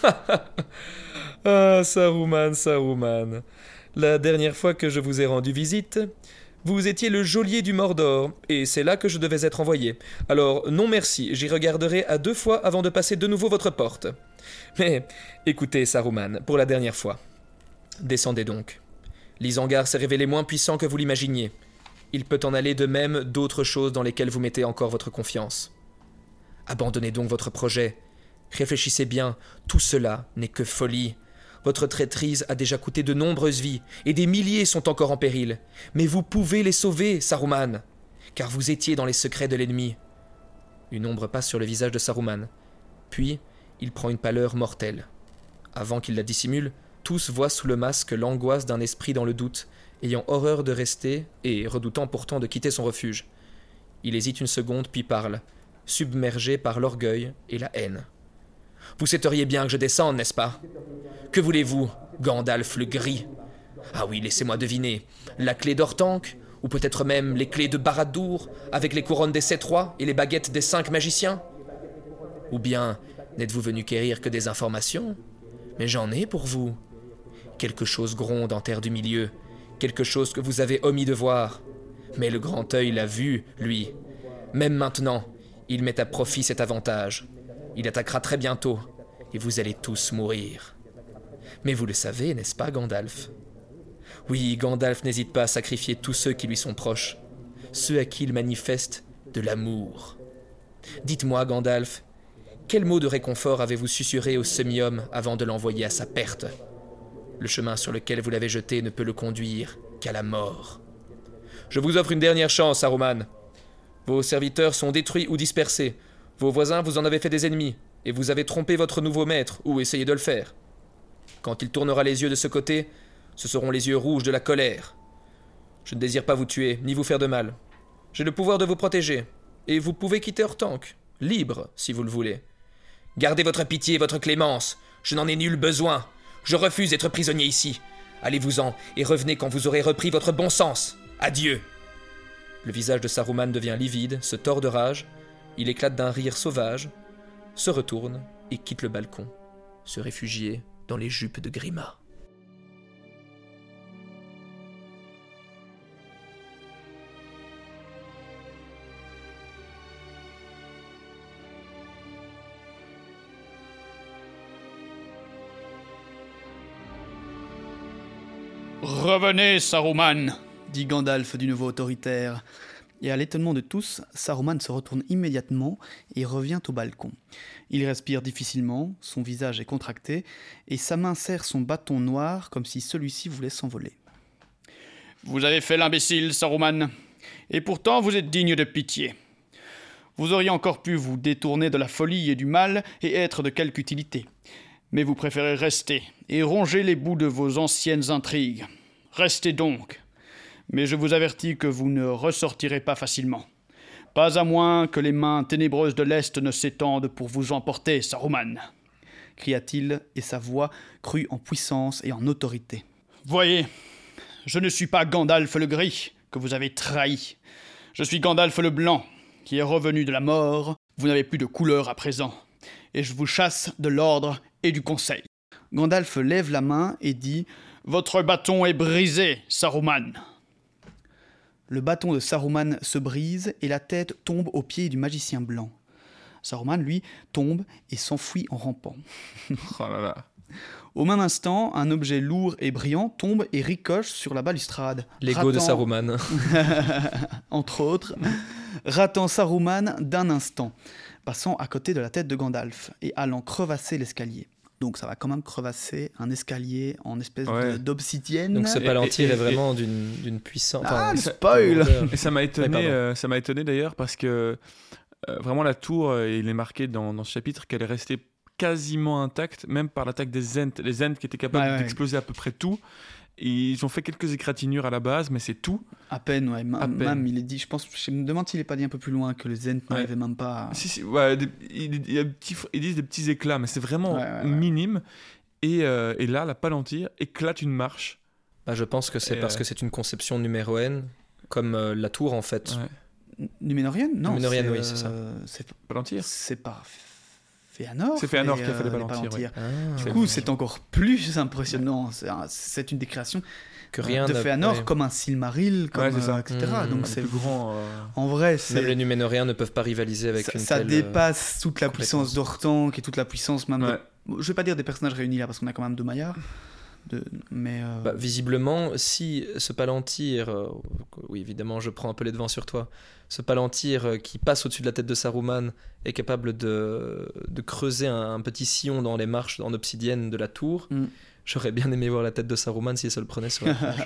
A: Ah, Saruman, Saruman. La dernière fois que je vous ai rendu visite, vous étiez le geôlier du Mordor, et c'est là que je devais être envoyé. Alors, non merci, j'y regarderai à 2 fois avant de passer de nouveau votre porte. Mais, écoutez, Saruman, pour la dernière fois. Descendez donc. L'Isengard s'est révélé moins puissant que vous l'imaginiez. Il peut en aller de même d'autres choses dans lesquelles vous mettez encore votre confiance. Abandonnez donc votre projet. Réfléchissez bien, tout cela n'est que folie. Votre traîtrise a déjà coûté de nombreuses vies, et des milliers sont encore en péril. Mais vous pouvez les sauver, Saruman, car vous étiez dans les secrets de l'ennemi. Une ombre passe sur le visage de Saruman. Puis, il prend une pâleur mortelle. Avant qu'il la dissimule, tous voient sous le masque l'angoisse d'un esprit dans le doute, ayant horreur de rester et redoutant pourtant de quitter son refuge. Il hésite une seconde, puis parle, submergé par l'orgueil et la haine. Vous souhaiteriez bien que je descende, n'est-ce pas? Que voulez-vous, Gandalf le Gris? Ah oui, laissez-moi deviner. La clé d'Orthanc, ou peut-être même les clés de Barad-dûr, avec les couronnes des 7 rois et les baguettes des 5 magiciens? Ou bien, n'êtes-vous venu quérir que des informations? Mais j'en ai pour vous. Quelque chose gronde en terre du milieu, quelque chose que vous avez omis de voir. Mais le grand œil l'a vu, lui. Même maintenant, il met à profit cet avantage. Il attaquera très bientôt, et vous allez tous mourir. Mais vous le savez, n'est-ce pas, Gandalf? Oui, Gandalf n'hésite pas à sacrifier tous ceux qui lui sont proches, ceux à qui il manifeste de l'amour. Dites-moi, Gandalf, quel mot de réconfort avez-vous susurré au semi-homme avant de l'envoyer à sa perte? Le chemin sur lequel vous l'avez jeté ne peut le conduire qu'à la mort. Je vous offre une dernière chance, Saruman. Vos serviteurs sont détruits ou dispersés. Vos voisins vous en avez fait des ennemis, et vous avez trompé votre nouveau maître, ou essayé de le faire. Quand il tournera les yeux de ce côté, ce seront les yeux rouges de la colère. Je ne désire pas vous tuer, ni vous faire de mal. J'ai le pouvoir de vous protéger, et vous pouvez quitter Orthanc, libre, si vous le voulez. Gardez votre pitié et votre clémence, je n'en ai nul besoin. Je refuse d'être prisonnier ici. Allez-vous-en et revenez quand vous aurez repris votre bon sens. Adieu. » Le visage de Saruman devient livide, se tord de rage, il éclate d'un rire sauvage, se retourne et quitte le balcon, se réfugier dans les jupes de Grima.
C: « Revenez, Saruman !» dit Gandalf d'une voix autoritaire. Et à l'étonnement de tous, Saruman se retourne immédiatement et revient au balcon. Il respire difficilement, son visage est contracté, et sa main serre son bâton noir comme si celui-ci voulait s'envoler. « Vous avez fait l'imbécile, Saruman, et pourtant vous êtes digne de pitié. Vous auriez encore pu vous détourner de la folie et du mal et être de quelque utilité. Mais vous préférez rester et ronger les bouts de vos anciennes intrigues. Restez donc. Mais je vous avertis que vous ne ressortirez pas facilement. Pas à moins que les mains ténébreuses de l'Est ne s'étendent pour vous emporter, Saruman, » cria-t-il, et sa voix crut en puissance et en autorité. « Voyez, je ne suis pas Gandalf le Gris, que vous avez trahi. Je suis Gandalf le Blanc, qui est revenu de la mort. Vous n'avez plus de couleur à présent, et je vous chasse de l'ordre et du conseil. » Gandalf lève la main et dit « Votre bâton est brisé, Saruman !» Le bâton de Saruman se brise et la tête tombe aux pieds du magicien blanc. Saruman, lui, tombe et s'enfuit en rampant.
B: Oh là là.
C: Au même instant, un objet lourd et brillant tombe et ricoche sur la balustrade.
A: L'ego de Saruman.
C: Entre autres, ratant Saruman d'un instant, passant à côté de la tête de Gandalf et allant crevasser l'escalier. Donc ça va quand même crevasser un escalier en espèce d'obsidienne.
A: Donc ce palantir est vraiment d'une puissance...
C: Ah, le spoil.
B: Et ça m'a étonné d'ailleurs parce que vraiment la tour, il est marqué dans ce chapitre qu'elle est restée quasiment intacte, même par l'attaque des Ents. Les Ents qui étaient capables d'exploser à peu près tout. Et ils ont fait quelques égratignures à la base, mais c'est tout.
C: À peine, ouais. Même, il est dit, je me demande s'il n'est pas dit un peu plus loin que les Ents n'arrivaient même pas à...
B: Si, ouais, ils disent des petits éclats, mais c'est vraiment minime. Et là, la palantir éclate une marche.
A: Bah, je pense que c'est parce que c'est une conception numéroenne, comme la tour en fait.
C: Ouais. Numénorienne ? Non,
A: Numénorienne, oui, c'est ça.
B: Palantir ?
C: C'est pas... Féanor.
B: C'est Féanor qui a fait les palantirs.
C: Ouais. Du coup, c'est encore plus impressionnant. C'est une des créations de Féanor, comme un Silmaril, comme, etc. Donc c'est
B: plus grand.
C: En vrai, c'est...
A: Même les Numénoriens ne peuvent pas rivaliser avec une
C: ça
A: telle...
C: dépasse toute la puissance d'Orthanc et toute la puissance même... Je vais pas dire des personnages réunis là, parce qu'on a quand même deux Maillards. Mais
A: visiblement, si ce palantir, oui évidemment je prends un peu les devants sur toi, ce palantir qui passe au-dessus de la tête de Saruman est capable de creuser un petit sillon dans les marches en obsidienne de la tour, j'aurais bien aimé voir la tête de Saruman si ça le prenait sur la planche.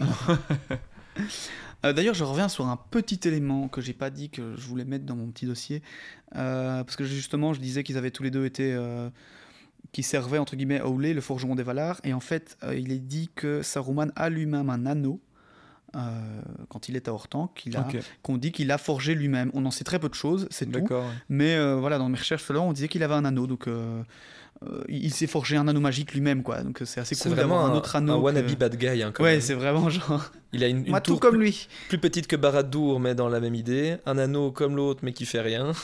C: D'ailleurs, je reviens sur un petit élément que j'ai pas dit, que je voulais mettre dans mon petit dossier, parce que justement je disais qu'ils avaient tous les deux été... qui servait entre guillemets à Aulé, le forgeron des Valar, et en fait il est dit que Saruman a lui-même un anneau quand il est à Orthanc, qu'on dit qu'il a forgé lui-même. On en sait très peu de choses, c'est tout, mais voilà, dans mes recherches là, on disait qu'il avait un anneau, donc il s'est forgé un anneau magique lui-même, quoi. Donc c'est assez cool d'avoir un autre anneau.
A: Un wannabe bad guy, hein,
C: ouais, c'est vraiment genre...
A: Il a une
C: tour
A: tout comme lui, plus petite que Barad-dûr, mais dans la même idée, un anneau comme l'autre mais qui fait rien.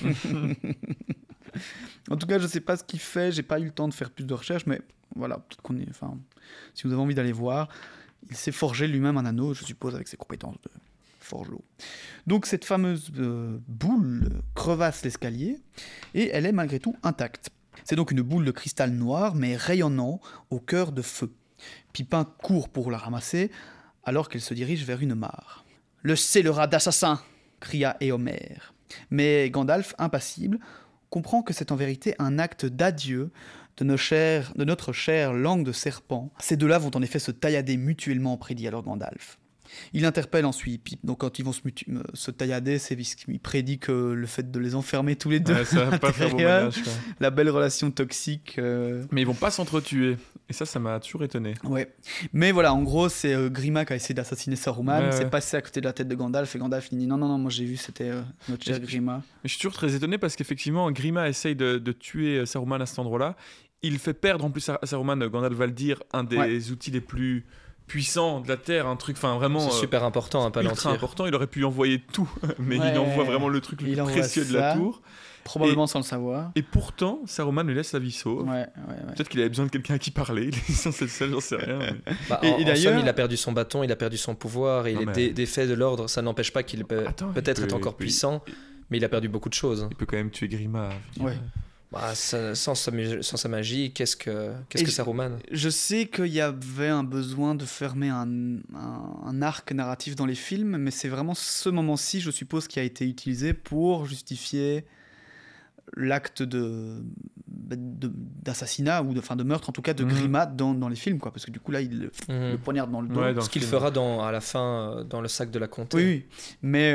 C: En tout cas, je sais pas ce qu'il fait, j'ai pas eu le temps de faire plus de recherches, mais voilà, peut-être qu'on est... Enfin, si vous avez envie d'aller voir, il s'est forgé lui-même un anneau, je suppose, avec ses compétences de forgelot. Donc cette fameuse boule crevasse l'escalier, et elle est malgré tout intacte. C'est donc une boule de cristal noir, mais rayonnant, au cœur de feu. Pipin court pour la ramasser, alors qu'elle se dirige vers une mare. « Le scélérat d'assassin !» cria Éomer. Mais Gandalf, impassible, comprend que c'est en vérité un acte d'adieu de notre chère langue de serpent. Ces deux-là vont en effet se taillader mutuellement, prédit alors Gandalf. Il interpelle ensuite, donc quand ils vont se taillader, il prédit que le fait de les enfermer tous les deux,
B: ça va pas faire bon ménage, quoi.
C: La belle relation toxique.
B: Mais ils vont pas s'entretuer, et ça m'a toujours étonné.
C: Ouais, mais voilà, en gros, c'est Grima qui a essayé d'assassiner Saruman, c'est passé à côté de la tête de Gandalf, et Gandalf il dit non, moi j'ai vu, c'était notre cher Grima.
B: Je suis toujours très étonné parce qu'effectivement, Grima essaye de tuer Saruman à cet endroit-là. Il fait perdre en plus à Saruman, Gandalf va le dire, un des outils les plus puissant de la Terre, un truc, enfin vraiment
A: c'est super important, un palantir
B: ultra important. Il aurait pu envoyer tout, mais il envoie vraiment le truc le plus précieux de la tour,
C: probablement sans le savoir.
B: Et pourtant Saruman lui laisse la vie sauve. Peut-être qu'il avait besoin de quelqu'un à qui parler, il est censé être seul, j'en sais rien, mais...
A: en somme, il a perdu son bâton, il a perdu son pouvoir, il est défait de l'ordre. Ça n'empêche pas qu'il peut peut-être être encore puissant, mais il a perdu beaucoup de choses.
B: Il peut quand même tuer Grima.
A: Sans sa magie, qu'est-ce que Saruman ?
C: Je sais qu'il y avait un besoin de fermer un arc narratif dans les films, mais c'est vraiment ce moment-ci, je suppose, qui a été utilisé pour justifier l'acte d'assassinat ou de meurtre, en tout cas de Grima dans les films, quoi, parce que du coup là il le poignarde dans le dos.
A: Ce qu'il fera à la fin dans le sac de la comté.
C: Oui, mais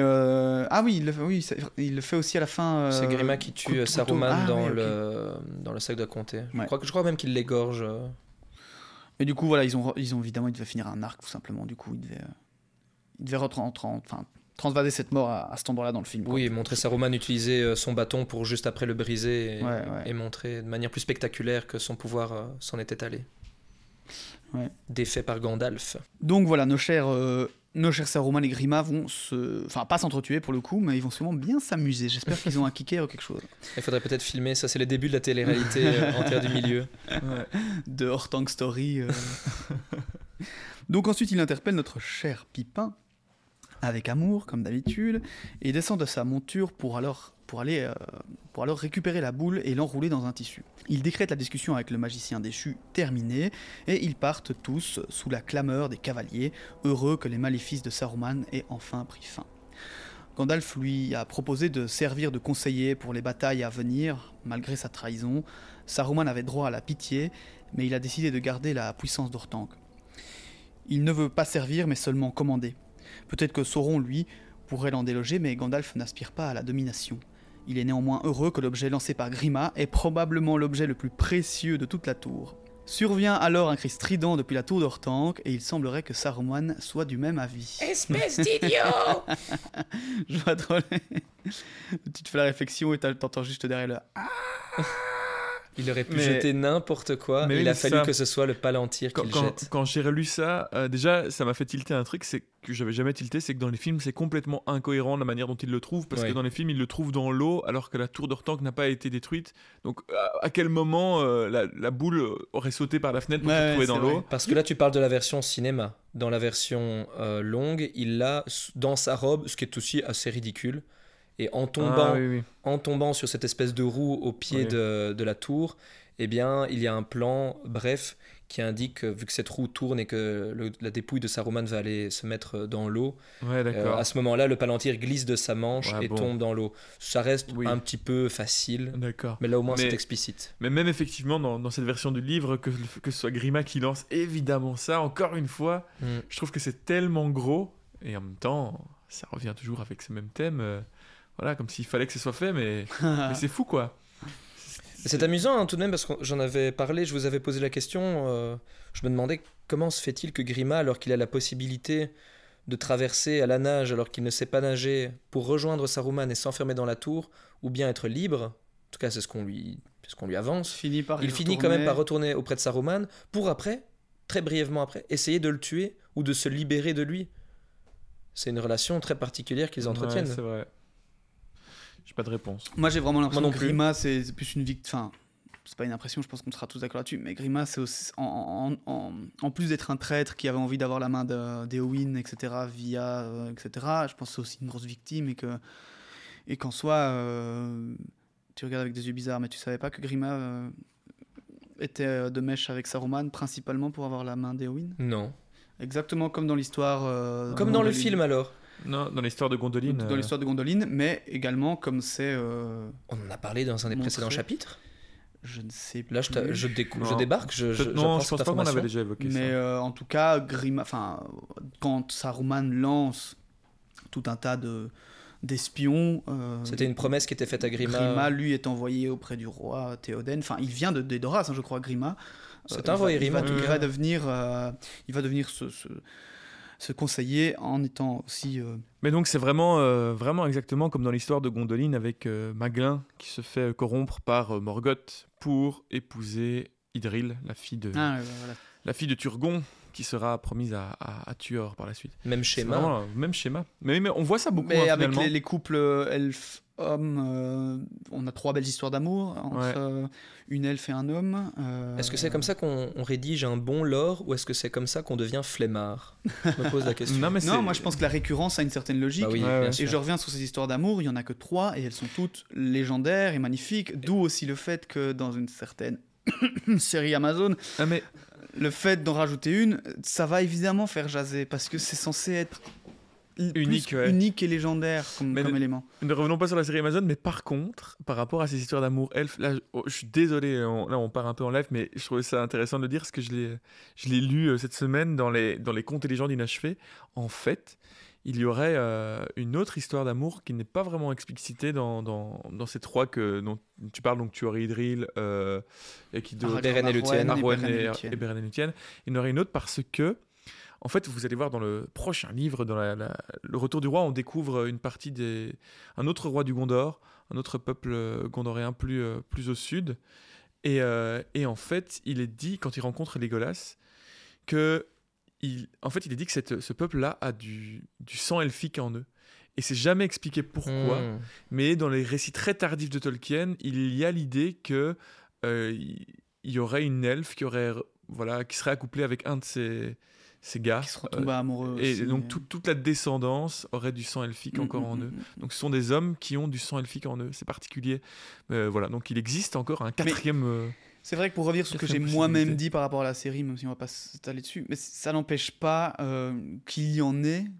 C: il le fait aussi à la fin.
A: C'est Grima qui tue Saruman dans le sac de la comté. Je crois même qu'il l'égorge.
C: Et du coup voilà, ils ont évidemment, il devait finir un arc tout simplement. Du coup il devait transvaser cette mort à cet endroit-là dans le film.
A: Oui, et montrer Saruman utiliser son bâton pour juste après le briser et montrer de manière plus spectaculaire que son pouvoir s'en était allé. Défait par Gandalf.
C: Donc voilà, nos chers Saruman et Grima vont pas s'entretuer pour le coup, mais ils vont sûrement bien s'amuser. J'espère qu'ils ont un kicker ou quelque chose.
A: Il faudrait peut-être filmer, ça c'est les débuts de la télé-réalité en Terre du Milieu.
C: De Hortank Story. Donc ensuite il interpelle notre cher Pipin, avec amour, comme d'habitude, et descend de sa monture pour aller récupérer la boule et l'enrouler dans un tissu. Il décrète la discussion avec le magicien déchu terminée, et ils partent tous sous la clameur des cavaliers, heureux que les maléfices de Saruman aient enfin pris fin. Gandalf lui a proposé de servir de conseiller pour les batailles à venir, malgré sa trahison. Saruman avait droit à la pitié, mais il a décidé de garder la puissance d'Orthanc. Il ne veut pas servir, mais seulement commander. Peut-être que Sauron, lui, pourrait l'en déloger, mais Gandalf n'aspire pas à la domination. Il est néanmoins heureux que l'objet lancé par Grima est probablement l'objet le plus précieux de toute la tour. Survient alors un cri strident depuis la tour d'Orthanc, et il semblerait que Saruman soit du même avis.
A: Espèce d'idiot.
C: Je vois trop... Tu te fais la réflexion et t'entends juste derrière le...
A: Il aurait pu jeter n'importe quoi, mais il a fallu que ce soit le palantir qu'il jette.
B: Quand j'ai relu ça, déjà, ça m'a fait tilter un truc, c'est que j'avais jamais tilté, c'est que dans les films, c'est complètement incohérent la manière dont il le trouve, parce que dans les films, il le trouve dans l'eau, alors que la tour d'Orthanc n'a pas été détruite. Donc, à quel moment la boule aurait sauté par la fenêtre pour se trouver dans l'eau ?
A: Parce que là, tu parles de la version cinéma. Dans la version longue, il l'a dans sa robe, ce qui est aussi assez ridicule. Et en tombant sur cette espèce de roue au pied de la tour, eh bien, il y a un plan, qui indique, vu que cette roue tourne et que la dépouille de Saruman va aller se mettre dans l'eau, à ce moment-là, le palantir glisse de sa manche et tombe dans l'eau. Ça reste un petit peu facile, mais là au moins c'est explicite.
B: Mais même effectivement, dans cette version du livre, que ce soit Grima qui lance évidemment ça, encore une fois, je trouve que c'est tellement gros, et en même temps, ça revient toujours avec ce même thème... Voilà, comme s'il fallait que ce soit fait, mais c'est fou, quoi.
A: C'est amusant, tout de même, parce que j'en avais parlé, je vous avais posé la question, je me demandais comment se fait-il que Grima, alors qu'il a la possibilité de traverser à la nage, alors qu'il ne sait pas nager, pour rejoindre Saruman et s'enfermer dans la tour, ou bien être libre, en tout cas c'est ce qu'on lui avance, il finit quand même par retourner auprès de Saruman, pour après, très brièvement après, essayer de le tuer, ou de se libérer de lui. C'est une relation très particulière qu'ils entretiennent.
B: Ouais, c'est vrai. J'ai pas de réponse.
C: Moi j'ai vraiment l'impression que Grima c'est plus une victime. Enfin, c'est pas une impression, je pense qu'on sera tous d'accord là-dessus, mais Grima c'est aussi, en plus d'être un traître qui avait envie d'avoir la main d'Éowyn, etc., etc., je pense que c'est aussi une grosse victime et qu'en soi, tu regardes avec des yeux bizarres, mais tu savais pas que Grima était de mèche avec Saruman principalement pour avoir la main d'Éowyn ?
A: Non.
C: Exactement comme dans l'histoire.
A: Comme dans le film alors.
B: Non, dans l'histoire de Gondolin.
C: Dans l'histoire de Gondolin, mais également comme c'est...
A: On en a parlé dans un des précédents chapitres.
C: Je ne sais plus.
A: Là, je débarque.
B: Non, je pense pas qu'on avait déjà évoqué ça.
C: Mais en tout cas, quand Saruman lance tout un tas d'espions...
A: C'était une promesse qui était faite à Grima.
C: Grima, lui, est envoyé auprès du roi Théoden. Enfin, il vient d'Edoras, je crois, Grima.
A: C'est un roi Grima.
C: Il va devenir ce conseiller en étant aussi...
B: Mais donc c'est vraiment exactement comme dans l'histoire de Gondolin avec Maglin qui se fait corrompre par Morgoth pour épouser Idril, la fille de Turgon, qui sera promise à Tuor par la suite.
A: Même schéma.
B: Même schéma. Mais on voit ça beaucoup.
C: Mais avec
B: finalement.
C: les couples elfes-hommes, on a 3 belles histoires d'amour entre une elfe et un homme.
A: Est-ce que c'est comme ça qu'on rédige un bon lore ou est-ce que c'est comme ça qu'on devient flemmard ? Je me pose la question.
C: Non, moi je pense que la récurrence a une certaine logique.
A: Bah oui,
C: et je reviens sur ces histoires d'amour, il n'y en a que 3 et elles sont toutes légendaires et magnifiques. D'où aussi le fait que dans une certaine série Amazon... Le fait d'en rajouter une, ça va évidemment faire jaser, parce que c'est censé être unique et légendaire comme élément.
B: Ne revenons pas sur la série Amazon, mais par contre, par rapport à ces histoires d'amour elfe, là, je suis désolé, là on part un peu en live, mais je trouvais ça intéressant de le dire, parce que je l'ai lu cette semaine dans les contes et légendes inachevés. En fait, il y aurait une autre histoire d'amour qui n'est pas vraiment explicitée dans ces 3 dont tu parles, donc Tuor et Idril, et qui
A: Beren et Luthien.
B: Et Beren et Luthien. Il y en aurait une autre parce que, en fait, vous allez voir dans le prochain livre, dans le Retour du roi, on découvre une partie un autre roi du Gondor, un autre peuple gondoréen plus au sud. Et en fait, il est dit, quand il rencontre Legolas, que il est dit que ce peuple-là a du sang elfique en eux. Et c'est jamais expliqué pourquoi, mais dans les récits très tardifs de Tolkien, il y a l'idée que il y aurait une elfe qui serait accouplée avec un de ces gars. Qui
C: se retombe amoureux
B: et
C: aussi,
B: donc toute la descendance aurait du sang elfique encore en eux. Donc ce sont des hommes qui ont du sang elfique en eux, c'est particulier. Voilà, donc il existe encore un 4e...
C: C'est vrai que pour revenir sur ce que j'ai moi-même dit par rapport à la série, même si on va pas s'étaler dessus, mais ça n'empêche pas qu'il y en ait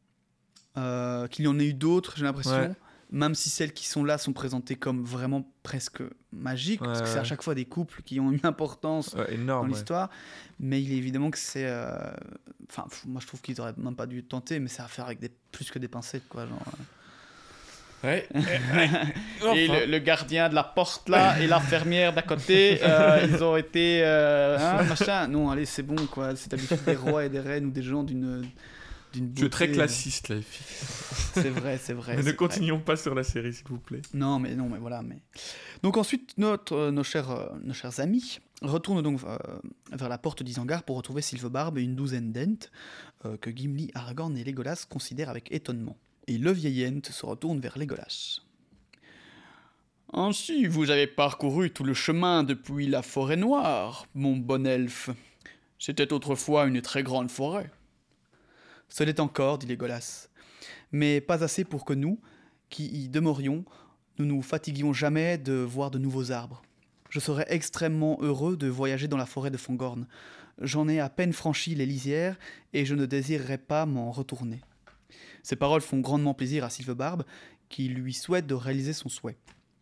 C: eu d'autres, j'ai l'impression, même si celles qui sont là sont présentées comme vraiment presque magiques, parce que c'est à chaque fois des couples qui ont une importance
B: énorme,
C: dans l'histoire, mais il est évidemment que c'est... moi je trouve qu'ils auraient même pas dû tenter, mais c'est à faire avec plus que des pincettes, quoi, genre... Et le gardien de la porte là et la fermière d'à côté, ils ont été machin. Non, allez, c'est bon quoi. C'est d'habitude des rois et des reines ou des gens d'une beauté.
B: Tu es très classiste là.
C: C'est vrai.
B: Mais ne continuons pas sur la série, s'il vous plaît.
C: Non, mais voilà. Donc ensuite, nos chers amis retournent donc vers la porte d'Isengard pour retrouver Sylvebarbe et une douzaine d'Ents que Gimli, Aragorn et Legolas considèrent avec étonnement. Et le vieil Ent se retourne vers Legolas. « Ainsi, vous avez parcouru tout le chemin depuis la forêt noire, mon bon elfe. C'était autrefois une très grande forêt. »« Ce l'est encore, dit Legolas, mais pas assez pour que nous, qui y demeurions, nous nous fatiguions jamais de voir de nouveaux arbres. Je serais extrêmement heureux de voyager dans la forêt de Fangorn. J'en ai à peine franchi les lisières, et je ne désirerais pas m'en retourner. » Ces paroles font grandement plaisir à Sylvebarbe, qui lui souhaite de réaliser son souhait.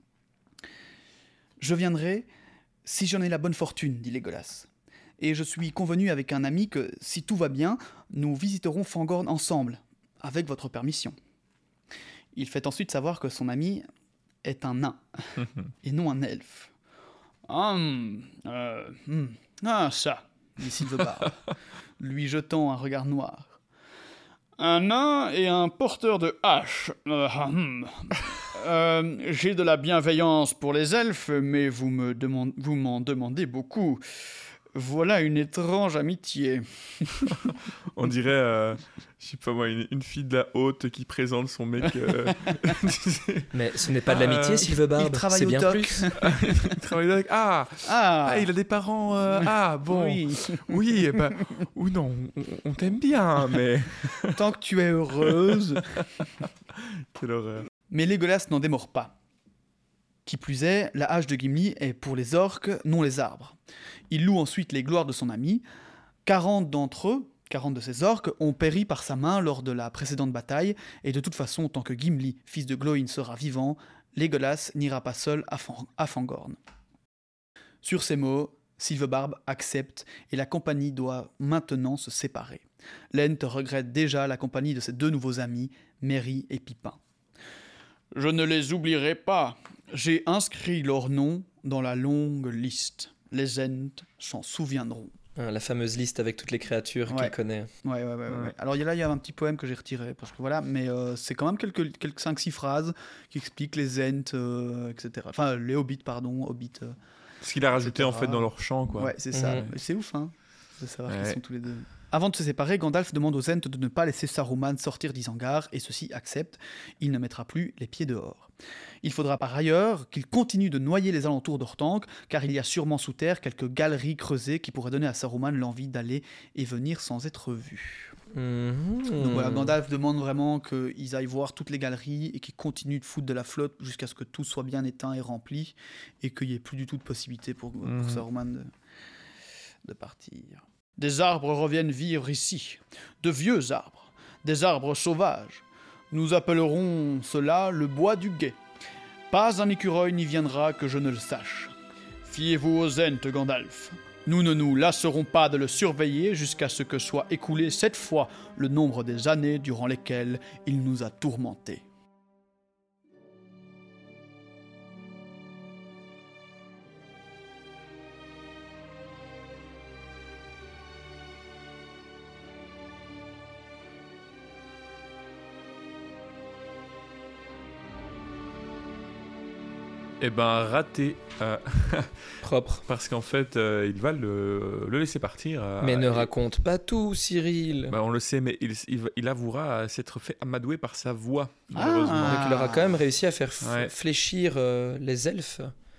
C: « Je viendrai si j'en ai la bonne fortune, dit Legolas. Et je suis convenu avec un ami que, si tout va bien, nous visiterons Fangorn ensemble, avec votre permission. » Il fait ensuite savoir que son ami est un nain, et non un elfe. « ça, dit Sylvebarbe, lui jetant un regard noir. Un nain et un porteur de hache. J'ai de la bienveillance pour les elfes, mais vous m'en demandez beaucoup. Voilà une étrange amitié. »
B: On dirait, je sais pas moi, une fille de la haute qui présente son mec.
A: Mais ce n'est pas de l'amitié, Sylvebarbe. C'est bien plus.
B: Il travaille au doc. Il a des parents. Bon. Oui, ou non, on t'aime bien, mais.
C: Tant que tu es heureuse.
B: Quelle horreur.
C: Mais Legolas n'en démord pas. Qui plus est, la hache de Gimli est pour les orques, non les arbres. Il loue ensuite les gloires de son ami. 40 d'entre eux, 40 de ces orques, ont péri par sa main lors de la précédente bataille, et de toute façon, tant que Gimli, fils de Glóin, sera vivant, Legolas n'ira pas seul à Fangorn. Sur ces mots, Sylvebarbe accepte et la compagnie doit maintenant se séparer. Lent regrette déjà la compagnie de ses 2 nouveaux amis, Merry et Pipin. « Je ne les oublierai pas. J'ai inscrit leurs noms dans la longue liste. Les Ents s'en souviendront. »
A: La fameuse liste avec toutes les créatures qu'il connaît.
C: Ouais. Alors il y a un petit poème que j'ai retiré, parce que voilà, mais c'est quand même quelques 5-6 phrases qui expliquent les Ents, etc. Enfin, les Hobbits, pardon, Hobbits.
B: Ce qu'il a rajouté en fait dans leur chant, quoi.
C: Ouais, c'est ça. C'est ouf, hein, de savoir qu'ils sont tous les deux. Avant de se séparer, Gandalf demande aux Ents de ne pas laisser Saruman sortir d'Isengard, et ceux-ci acceptent. Il ne mettra plus les pieds dehors. Il faudra par ailleurs qu'il continue de noyer les alentours d'Orthanc, car il y a sûrement sous terre quelques galeries creusées qui pourraient donner à Saruman l'envie d'aller et venir sans être vu. Donc voilà, Gandalf demande vraiment qu'ils aillent voir toutes les galeries et qu'ils continuent de foutre de la flotte jusqu'à ce que tout soit bien éteint et rempli, et qu'il n'y ait plus du tout de possibilité pour Saruman de partir. Des arbres reviennent vivre ici, de vieux arbres, des arbres sauvages. Nous appellerons cela le bois du guet. Pas un écureuil n'y viendra que je ne le sache. Fiez-vous aux Ents, Gandalf. Nous ne nous lasserons pas de le surveiller jusqu'à ce que soit écoulé 7 fois le nombre des années durant lesquelles il nous a tourmentés.
B: Eh ben, raté.
A: Propre.
B: Parce qu'en fait, il va le laisser partir.
A: Mais ne raconte pas tout, Cyril.
B: On le sait, mais il avouera s'être fait amadouer par sa voix, malheureusement.
A: Donc il aura quand même réussi à faire fléchir les elfes.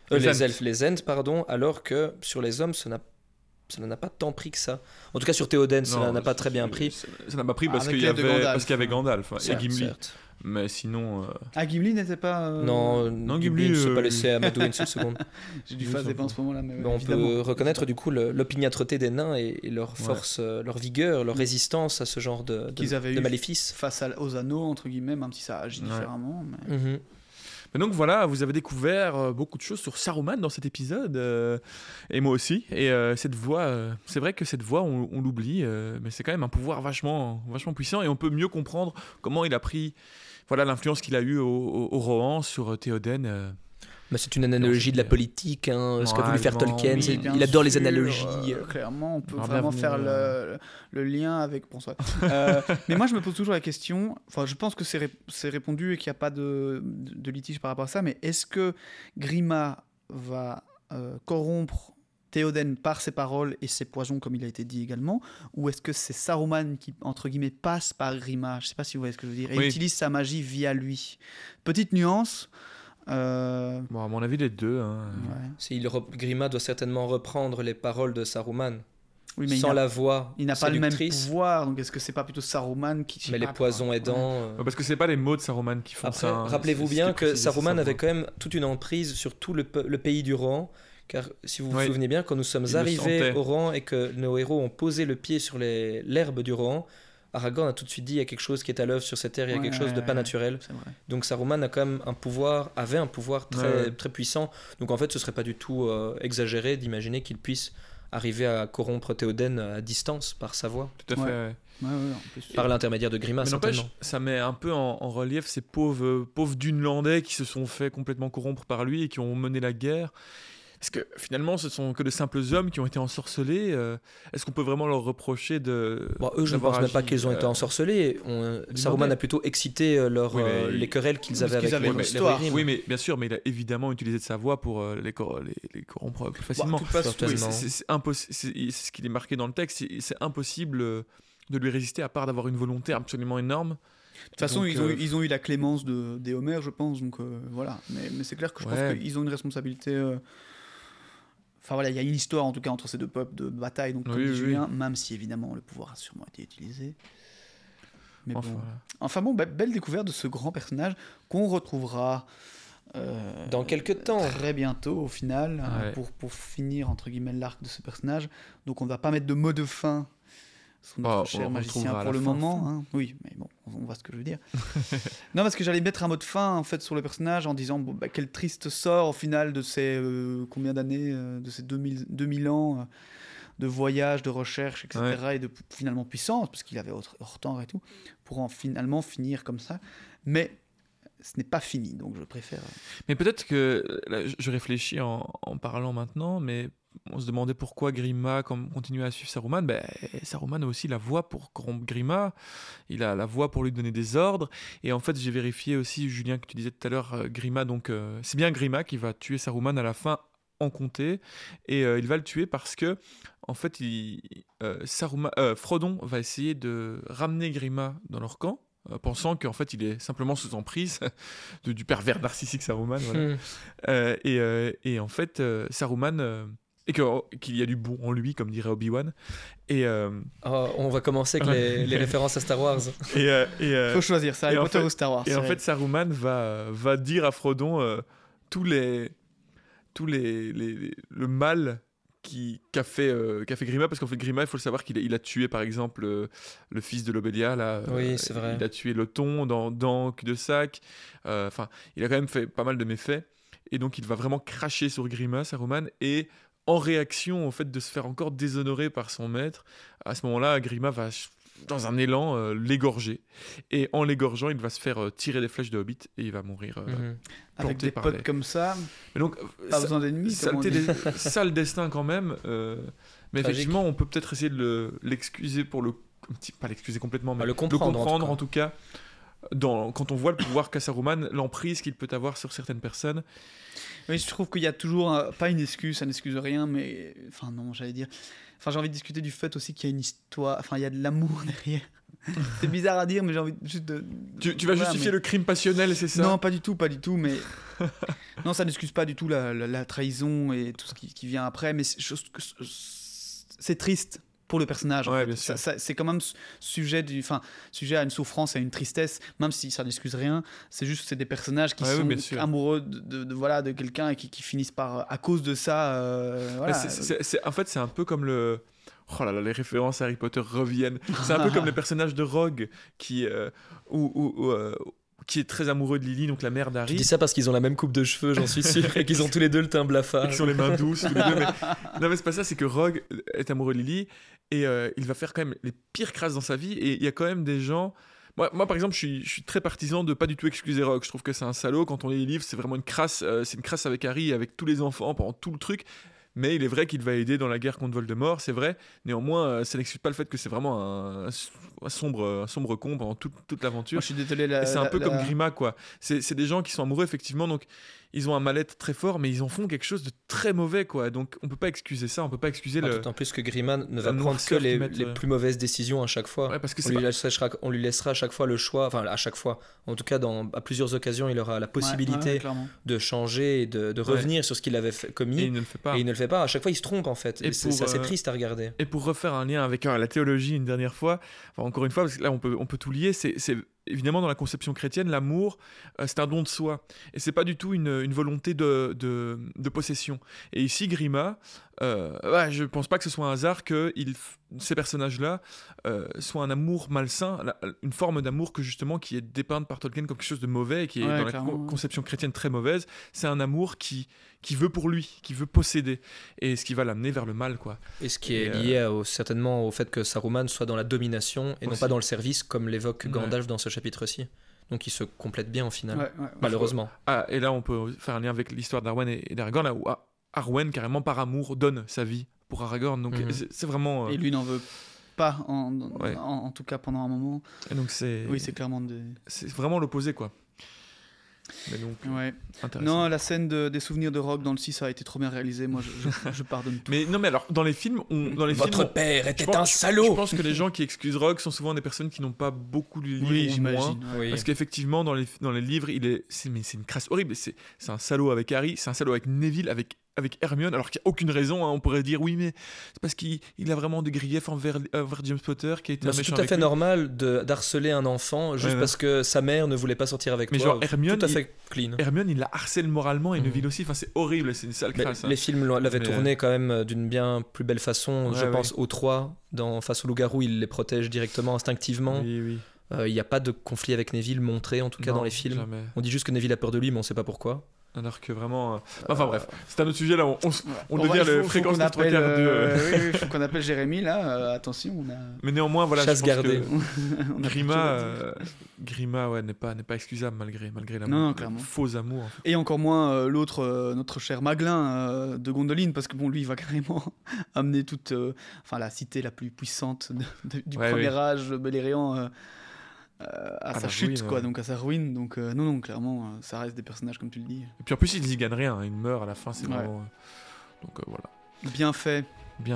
A: Les Ents, pardon, alors que sur les hommes, ça n'en a pas tant pris que ça. En tout cas, sur Théoden, ça n'en a pas très bien pris.
B: Ça n'a pas pris parce qu'il y avait Gandalf et Gimli.
A: Certes.
B: Mais sinon...
C: Gimli n'était pas...
A: Non, Gimli ne s'est pas laissé amadouer une seule seconde.
C: J'ai dû faire des pas en ce moment-là. Mais
A: on peut reconnaître du coup l'opiniâtreté des nains et leur force, leur vigueur, leur résistance à ce genre de maléfices.
C: Face aux anneaux, entre guillemets, même si ça agit différemment. Mais...
B: Mais donc voilà, vous avez découvert beaucoup de choses sur Saruman dans cet épisode, et moi aussi. Et cette voix, c'est vrai que cette voix, on l'oublie, mais c'est quand même un pouvoir vachement puissant, et on peut mieux comprendre comment il a pris l'influence qu'il a eue au Rohan sur Théoden.
A: Mais c'est une analogie de la politique, ce qu'a voulu faire Tolkien. Il adore les analogies.
C: Clairement, on peut vraiment faire le lien avec... mais moi, je me pose toujours la question, je pense que c'est répondu et qu'il n'y a pas de litige par rapport à ça, mais est-ce que Grima va corrompre Théoden par ses paroles et ses poisons, comme il a été dit également, ou est-ce que c'est Saruman qui, entre guillemets, passe par Grima, je ne sais pas si vous voyez ce que je veux dire, et utilise sa magie via lui. Petite nuance...
B: à mon avis, les deux.
A: Grima doit certainement reprendre les paroles de Saruman. Oui, mais sans la voix.
C: Il n'a pas le même pouvoir, donc est-ce que c'est pas plutôt Saruman qui...
A: Mais les poisons aidants...
B: Parce que c'est pas les mots de Saruman qui font ça.
A: Après, rappelez-vous bien que Saruman avait quand même toute une emprise sur tout le pays du Rohan, car si vous vous souvenez bien, quand nous sommes arrivés au Rohan et que nos héros ont posé le pied sur l'herbe du Rohan, Aragorn a tout de suite dit il y a quelque chose qui est à l'œuvre sur cette terre, il y a quelque chose de pas naturel. Donc Saruman a quand même avait un pouvoir très puissant. Donc en fait, ce serait pas du tout exagéré d'imaginer qu'il puisse arriver à corrompre Théoden à distance par sa voix.
B: Tout à fait.
C: En plus,
A: par l'intermédiaire de Grima, certainement.
B: Ça met un peu en relief ces pauvres Dunlandais qui se sont fait complètement corrompre par lui et qui ont mené la guerre. Parce que finalement, ce sont que de simples hommes qui ont été ensorcelés. Est-ce qu'on peut vraiment leur reprocher de...
A: eux, je ne pense même pas qu'ils ont été ensorcelés. Saruman a plutôt excité les querelles qu'ils avaient avec les Rohirrim.
B: Oui, mais bien sûr, mais il a évidemment utilisé de sa voix pour les corrompre plus facilement. C'est ce qu'il est marqué dans le texte. C'est impossible de lui résister, à part d'avoir une volonté absolument énorme.
C: De toute façon, ils ont eu la clémence des Homères, je pense. Donc voilà. Mais c'est clair que je pense qu'ils ont une responsabilité... il y a une histoire en tout cas entre ces deux peuples de bataille, donc comme dit Julien, même si évidemment le pouvoir a sûrement été utilisé. Mais belle découverte de ce grand personnage qu'on retrouvera
A: dans quelques temps,
C: très bientôt au final, pour finir entre guillemets l'arc de ce personnage. Donc on ne va pas mettre de mot de fin notre cher magicien pour le moment. Hein. Oui, mais bon, on voit ce que je veux dire. Non, parce que j'allais mettre un mot de fin en fait sur le personnage en disant quel triste sort au final de ces combien d'années, de ces 2000 ans de voyage, de recherche, etc. Et de finalement puissance, parce qu'il avait hors temps et tout, pour en finalement finir comme ça. Mais ce n'est pas fini, donc je préfère...
B: Mais peut-être que, là, je réfléchis en parlant maintenant, mais on se demandait pourquoi Grima continuait à suivre Saruman. Saruman a aussi la voix pour corrompre Grima, il a la voix pour lui donner des ordres, et en fait j'ai vérifié aussi, Julien, que tu disais tout à l'heure, Grima, donc c'est bien Grima qui va tuer Saruman à la fin en comté, et il va le tuer parce que en fait Frodon va essayer de ramener Grima dans leur camp, pensant qu'en fait il est simplement sous emprise du pervers narcissique Saruman, voilà. Et en fait Saruman et qu'il y a du bon en lui, comme dirait Obi-Wan. Et
A: on va commencer avec les références à Star Wars.
C: Faut choisir ça, Harry Potter ou Star Wars.
B: Et en fait Saruman va dire à Frodon le mal qu'a fait Grima, parce qu'en fait Grima, il faut le savoir qu'il a tué par exemple le fils de Lobelia là,
A: oui, c'est vrai.
B: Il a tué Lothon dans Cul-de-Sac, enfin il a quand même fait pas mal de méfaits, et donc il va vraiment cracher sur Grima, Saruman, et en réaction au fait de se faire encore déshonorer par son maître, à ce moment-là Grima va dans un élan l'égorger, et en l'égorgeant il va se faire tirer des flèches de Hobbit et il va mourir
C: avec des potes comme ça.
B: Mais donc
C: pas besoin d'ennemis,
B: ça le destin quand même, mais tragique. Effectivement on peut peut-être essayer de l'excuser pour pas l'excuser complètement, mais
A: le comprendre
B: en tout cas quand on voit le pouvoir qu'a Saruman, l'emprise qu'il peut avoir sur certaines personnes.
C: Oui, je trouve qu'il y a toujours pas une excuse, ça n'excuse rien, mais enfin non, j'allais dire, j'ai envie de discuter du fait aussi qu'il y a une histoire, enfin il y a de l'amour derrière. C'est bizarre à dire, mais j'ai envie juste de...
B: Tu vas justifier le crime passionnel, c'est ça?
C: Non, pas du tout, mais non, ça n'excuse pas du tout la trahison et tout ce qui vient après, mais c'est triste pour le personnage.
B: Ouais, bien sûr.
C: C'est quand même sujet à une souffrance, à une tristesse, même si ça n'excuse rien. C'est juste que c'est des personnages qui sont amoureux de quelqu'un et qui finissent par, à cause de ça... voilà.
B: En fait, c'est un peu comme le... Oh là là, les références à Harry Potter reviennent. C'est un peu comme les personnages de Rogue qui est très amoureux de Lily, donc la mère d'Harry.
A: Tu dis ça parce qu'ils ont la même coupe de cheveux, j'en suis sûr, et qu'ils ont tous les deux le teint blafard.
B: Et qu'ils ont les mains douces, tous les deux. Non, mais c'est pas ça, c'est que Rogue est amoureux de Lily, et il va faire quand même les pires crasses dans sa vie, et il y a quand même des gens... Moi, par exemple, je suis très partisan de pas du tout excuser Rogue. Je trouve que c'est un salaud. Quand on lit les livres, c'est vraiment une crasse avec Harry, avec tous les enfants, pendant tout le truc. Mais il est vrai qu'il va aider dans la guerre contre Voldemort, c'est vrai. Néanmoins, ça n'excuse pas le fait que c'est vraiment un sombre con pendant toute l'aventure.
C: Moi, je suis désolé.
B: C'est un peu comme Grima, quoi. C'est des gens qui sont amoureux, effectivement, donc ils ont un mal-être très fort, mais ils en font quelque chose de très mauvais, quoi. Donc on peut pas excuser ça, on peut pas excuser
A: D'autant plus que Grima ne va prendre que les plus mauvaises décisions à chaque fois.
B: Ouais, parce que
A: on lui laissera à chaque fois le choix, enfin à chaque fois. En tout cas, à plusieurs occasions, il aura la possibilité de changer et de revenir sur ce qu'il avait commis.
B: Et il ne le fait pas.
A: Et il ne le fait pas. À chaque fois, il se trompe, en fait. Et c'est assez triste à regarder.
B: Et pour refaire un lien avec la théologie une dernière fois, encore une fois, parce que là on peut tout lier, c'est évidemment dans la conception chrétienne, l'amour c'est un don de soi, et c'est pas du tout une volonté de possession. Et ici Grima, je pense pas que ce soit un hasard que ces personnages-là soient un amour malsain, une forme d'amour qui est dépeinte par Tolkien comme quelque chose de mauvais et qui est dans la conception chrétienne très mauvaise. C'est un amour qui veut pour lui, qui veut posséder, et ce qui va l'amener vers le mal, quoi.
A: Et ce qui est lié certainement au fait que Saruman soit dans la domination et non pas dans le service, comme l'évoque Gandalf dans ce chapitre-ci. Donc ils se complètent bien au final, malheureusement.
B: Et là on peut faire un lien avec l'histoire d'Arwen et d'Aragorn, là où Arwen, carrément par amour, donne sa vie pour Aragorn. Donc c'est vraiment...
C: Et lui n'en veut pas, en tout cas pendant un moment.
B: Et donc c'est
C: clairement
B: c'est vraiment l'opposé, quoi. Mais donc,
C: non, la scène des souvenirs de Rogue dans le 6 a été trop bien réalisée. Moi, je pardonne tout.
B: Mais non, mais alors, dans les films...
A: Votre père était un salaud.
B: Je pense que les gens qui excusent Rogue sont souvent des personnes qui n'ont pas beaucoup lu les livres.
C: Oui, j'imagine.
B: Parce qu'effectivement, dans les livres, c'est une crasse horrible. C'est un salaud avec Harry, c'est un salaud avec Neville, avec avec Hermione, alors qu'il n'y a aucune raison. Hein. On pourrait dire oui, mais c'est parce qu'il a vraiment des griefs envers James Potter qui a été un méchant avec lui.
A: C'est tout à fait normal d'harceler un enfant juste parce que sa mère ne voulait pas sortir avec
B: mais
A: toi.
B: Genre, Hermione,
A: tout à fait clean.
B: Hermione, il la harcèle moralement et Neville aussi. Enfin, c'est horrible, c'est une sale crasse.
A: Les films l'avaient tourné quand même d'une bien plus belle façon. Je pense aux 3, face au loup-garou, il les protège directement, instinctivement.
B: Oui.
A: Il n'y a pas de conflit avec Neville montré, en tout cas dans les films.
B: Jamais.
A: On dit juste que Neville a peur de lui, mais on ne sait pas pourquoi.
B: Alors que vraiment... Enfin bref, c'est un autre sujet, là, on devient le fréquence de 3 quarts de...
C: Oui, il faut qu'on appelle Jérémy, là, attention, on a...
B: Mais néanmoins, voilà,
A: chasse
B: je pense
A: gardée.
B: que Grima n'est pas excusable malgré la faux amour. En fait.
C: Et encore moins notre cher Maglin de Gondoline, parce que bon, lui, il va carrément amener toute la cité la plus puissante du premier âge Beleriand à sa chute, ruine, quoi, donc à sa ruine. Donc non, clairement, ça reste des personnages comme tu le dis.
B: Et puis en plus, ils y gagnent rien, ils meurent à la fin, c'est vraiment... Donc voilà.
C: Bien fait.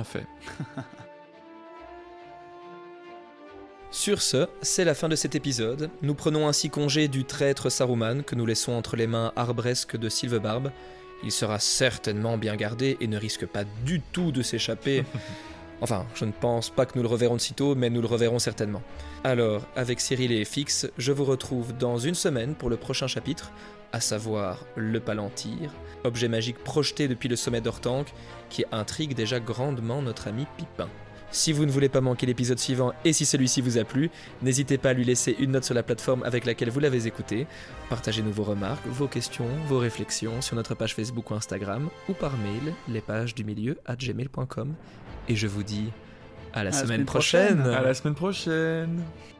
A: Sur ce, c'est la fin de cet épisode. Nous prenons ainsi congé du traître Saruman que nous laissons entre les mains arbresques de Sylvebarbe. Il sera certainement bien gardé et ne risque pas du tout de s'échapper. Enfin, je ne pense pas que nous le reverrons de sitôt, mais nous le reverrons certainement. Alors, avec Cyril et Fix, je vous retrouve dans une semaine pour le prochain chapitre, à savoir le Palantir, objet magique projeté depuis le sommet d'Orthanc, qui intrigue déjà grandement notre ami Pipin. Si vous ne voulez pas manquer l'épisode suivant et si celui-ci vous a plu, n'hésitez pas à lui laisser une note sur la plateforme avec laquelle vous l'avez écouté. Partagez-nous vos remarques, vos questions, vos réflexions sur notre page Facebook ou Instagram ou par mail, lespagesdumilieu@gmail.com. Et je vous dis à la semaine prochaine.
B: À la semaine prochaine.